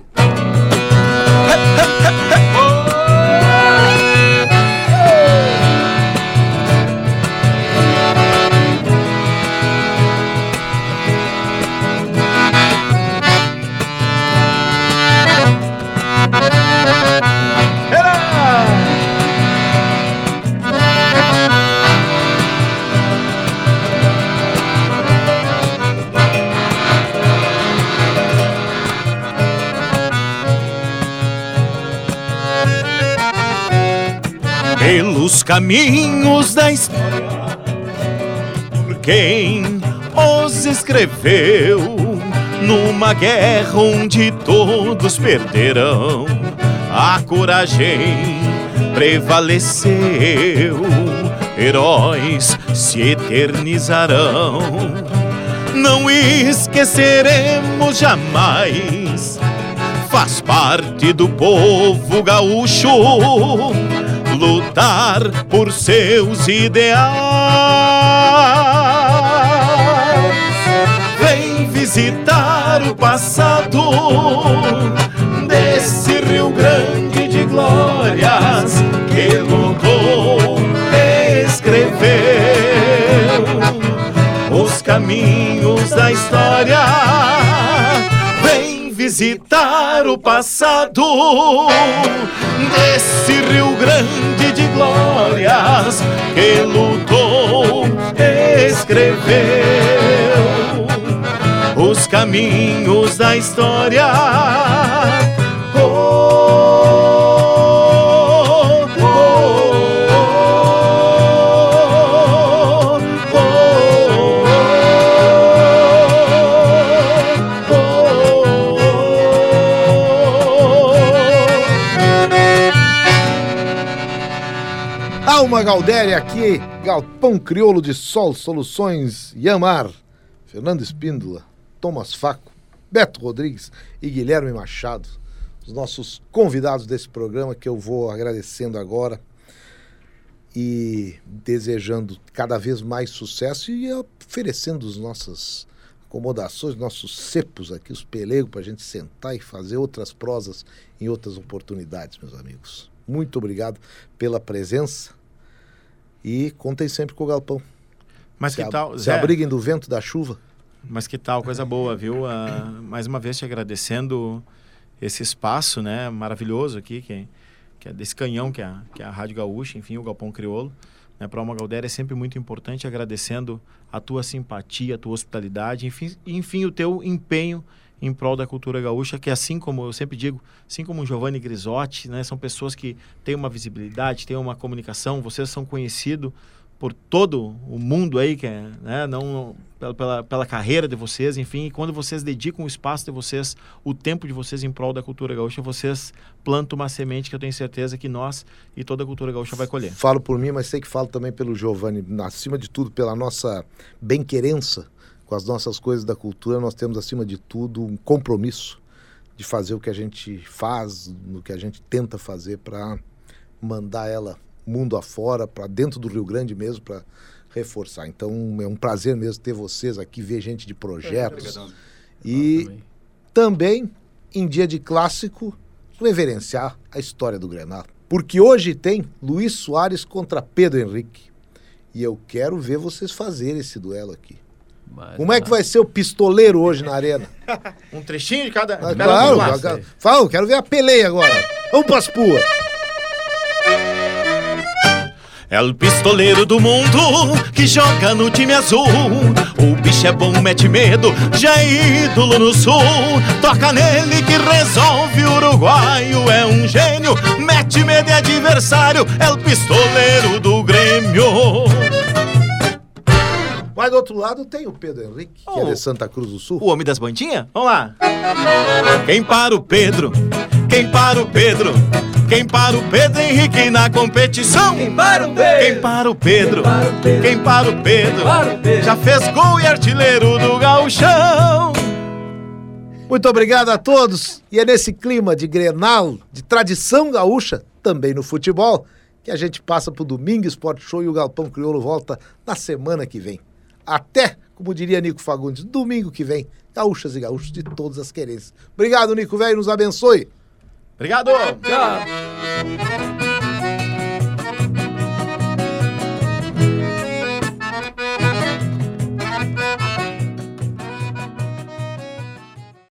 B: Pelos caminhos da história, por quem os escreveu, numa guerra onde todos perderão, a coragem prevaleceu, heróis se eternizarão. Não esqueceremos jamais, faz parte do povo gaúcho lutar por seus ideais. Vem visitar o passado desse Rio Grande de glórias que lutou, escreveu os caminhos da história. Vem visitar o passado desse Rio Grande de glórias que lutou, escreveu os caminhos da história. Oh, oh, oh, oh, oh.
A: Alma Galdéria aqui, Galpão Crioulo de Sol, Soluções Yamar, Fernando Espíndola, Thomas Faco, Beto Rodrigues e Guilherme Machado, os nossos convidados desse programa, que eu vou agradecendo agora e desejando cada vez mais sucesso e oferecendo as nossas acomodações, nossos cepos aqui, os pelegos, para a gente sentar e fazer outras prosas em outras oportunidades, meus amigos. Muito obrigado pela presença e contem sempre com o Galpão.
B: Mas que
A: se
B: tal,
A: se
B: Zé?
A: abriguem do vento da chuva.
B: Mas que tal, coisa boa, viu? Uh, mais uma vez te agradecendo esse espaço, né, maravilhoso aqui, que, que é desse canhão, que é, a, que é a Rádio Gaúcha, enfim, o Galpão Crioulo. Né, para Alma Galdéria é sempre muito importante, agradecendo a tua simpatia, a tua hospitalidade, enfim, enfim, o teu empenho em prol da cultura gaúcha, que assim como eu sempre digo, assim como o Giovanni Grisotti, né, são pessoas que têm uma visibilidade, têm uma comunicação, vocês são conhecidos por todo o mundo aí, que é, né, não pela, pela, pela carreira de vocês, enfim, e quando vocês dedicam o espaço de vocês, o tempo de vocês em prol da cultura gaúcha, vocês plantam uma semente que eu tenho certeza que nós e toda a cultura gaúcha vai colher.
A: Falo por mim, mas sei que falo também pelo Giovanni, acima de tudo pela nossa bem-querença com as nossas coisas da cultura, nós temos acima de tudo um compromisso de fazer o que a gente faz, no que a gente tenta fazer para mandar ela mundo afora, para dentro do Rio Grande mesmo, para reforçar. Então é um prazer mesmo ter vocês aqui, ver gente de projetos. É, e também, em dia de clássico, reverenciar a história do Grenal. Porque hoje tem Luiz Soares contra Pedro Henrique. E eu quero ver vocês fazerem esse duelo aqui. Mas, como é que vai ser o pistoleiro hoje na arena?
B: Um trechinho de cada...
A: Ah, claro, claro. Fala, quero ver a peleia agora. Vamos pras puas.
B: É o pistoleiro do mundo que joga no time azul. O bicho é bom, mete medo, já é ídolo no sul. Toca nele que resolve, o uruguaio é um gênio. Mete medo e adversário, é o pistoleiro do Grêmio.
A: Mas do outro lado tem o Pedro Henrique, oh, que é de Santa Cruz do Sul.
B: O homem das bandinhas? Vamos lá. Quem para o Pedro? Quem para o Pedro? Quem para o Pedro Henrique na competição?
H: Quem para o Pedro?
B: Quem para o Pedro? Quem para o Pedro?
H: Para o Pedro?
B: Já fez gol e artilheiro do gauchão.
A: Muito obrigado a todos. E é nesse clima de Grenal, de tradição gaúcha, também no futebol, que a gente passa pro Domingo Esporte Show e o Galpão Crioulo volta na semana que vem. Até, como diria Nico Fagundes, domingo que vem, gaúchas e gaúchos de todas as querências. Obrigado, Nico, velho, nos abençoe.
B: Obrigado.
F: Tchau.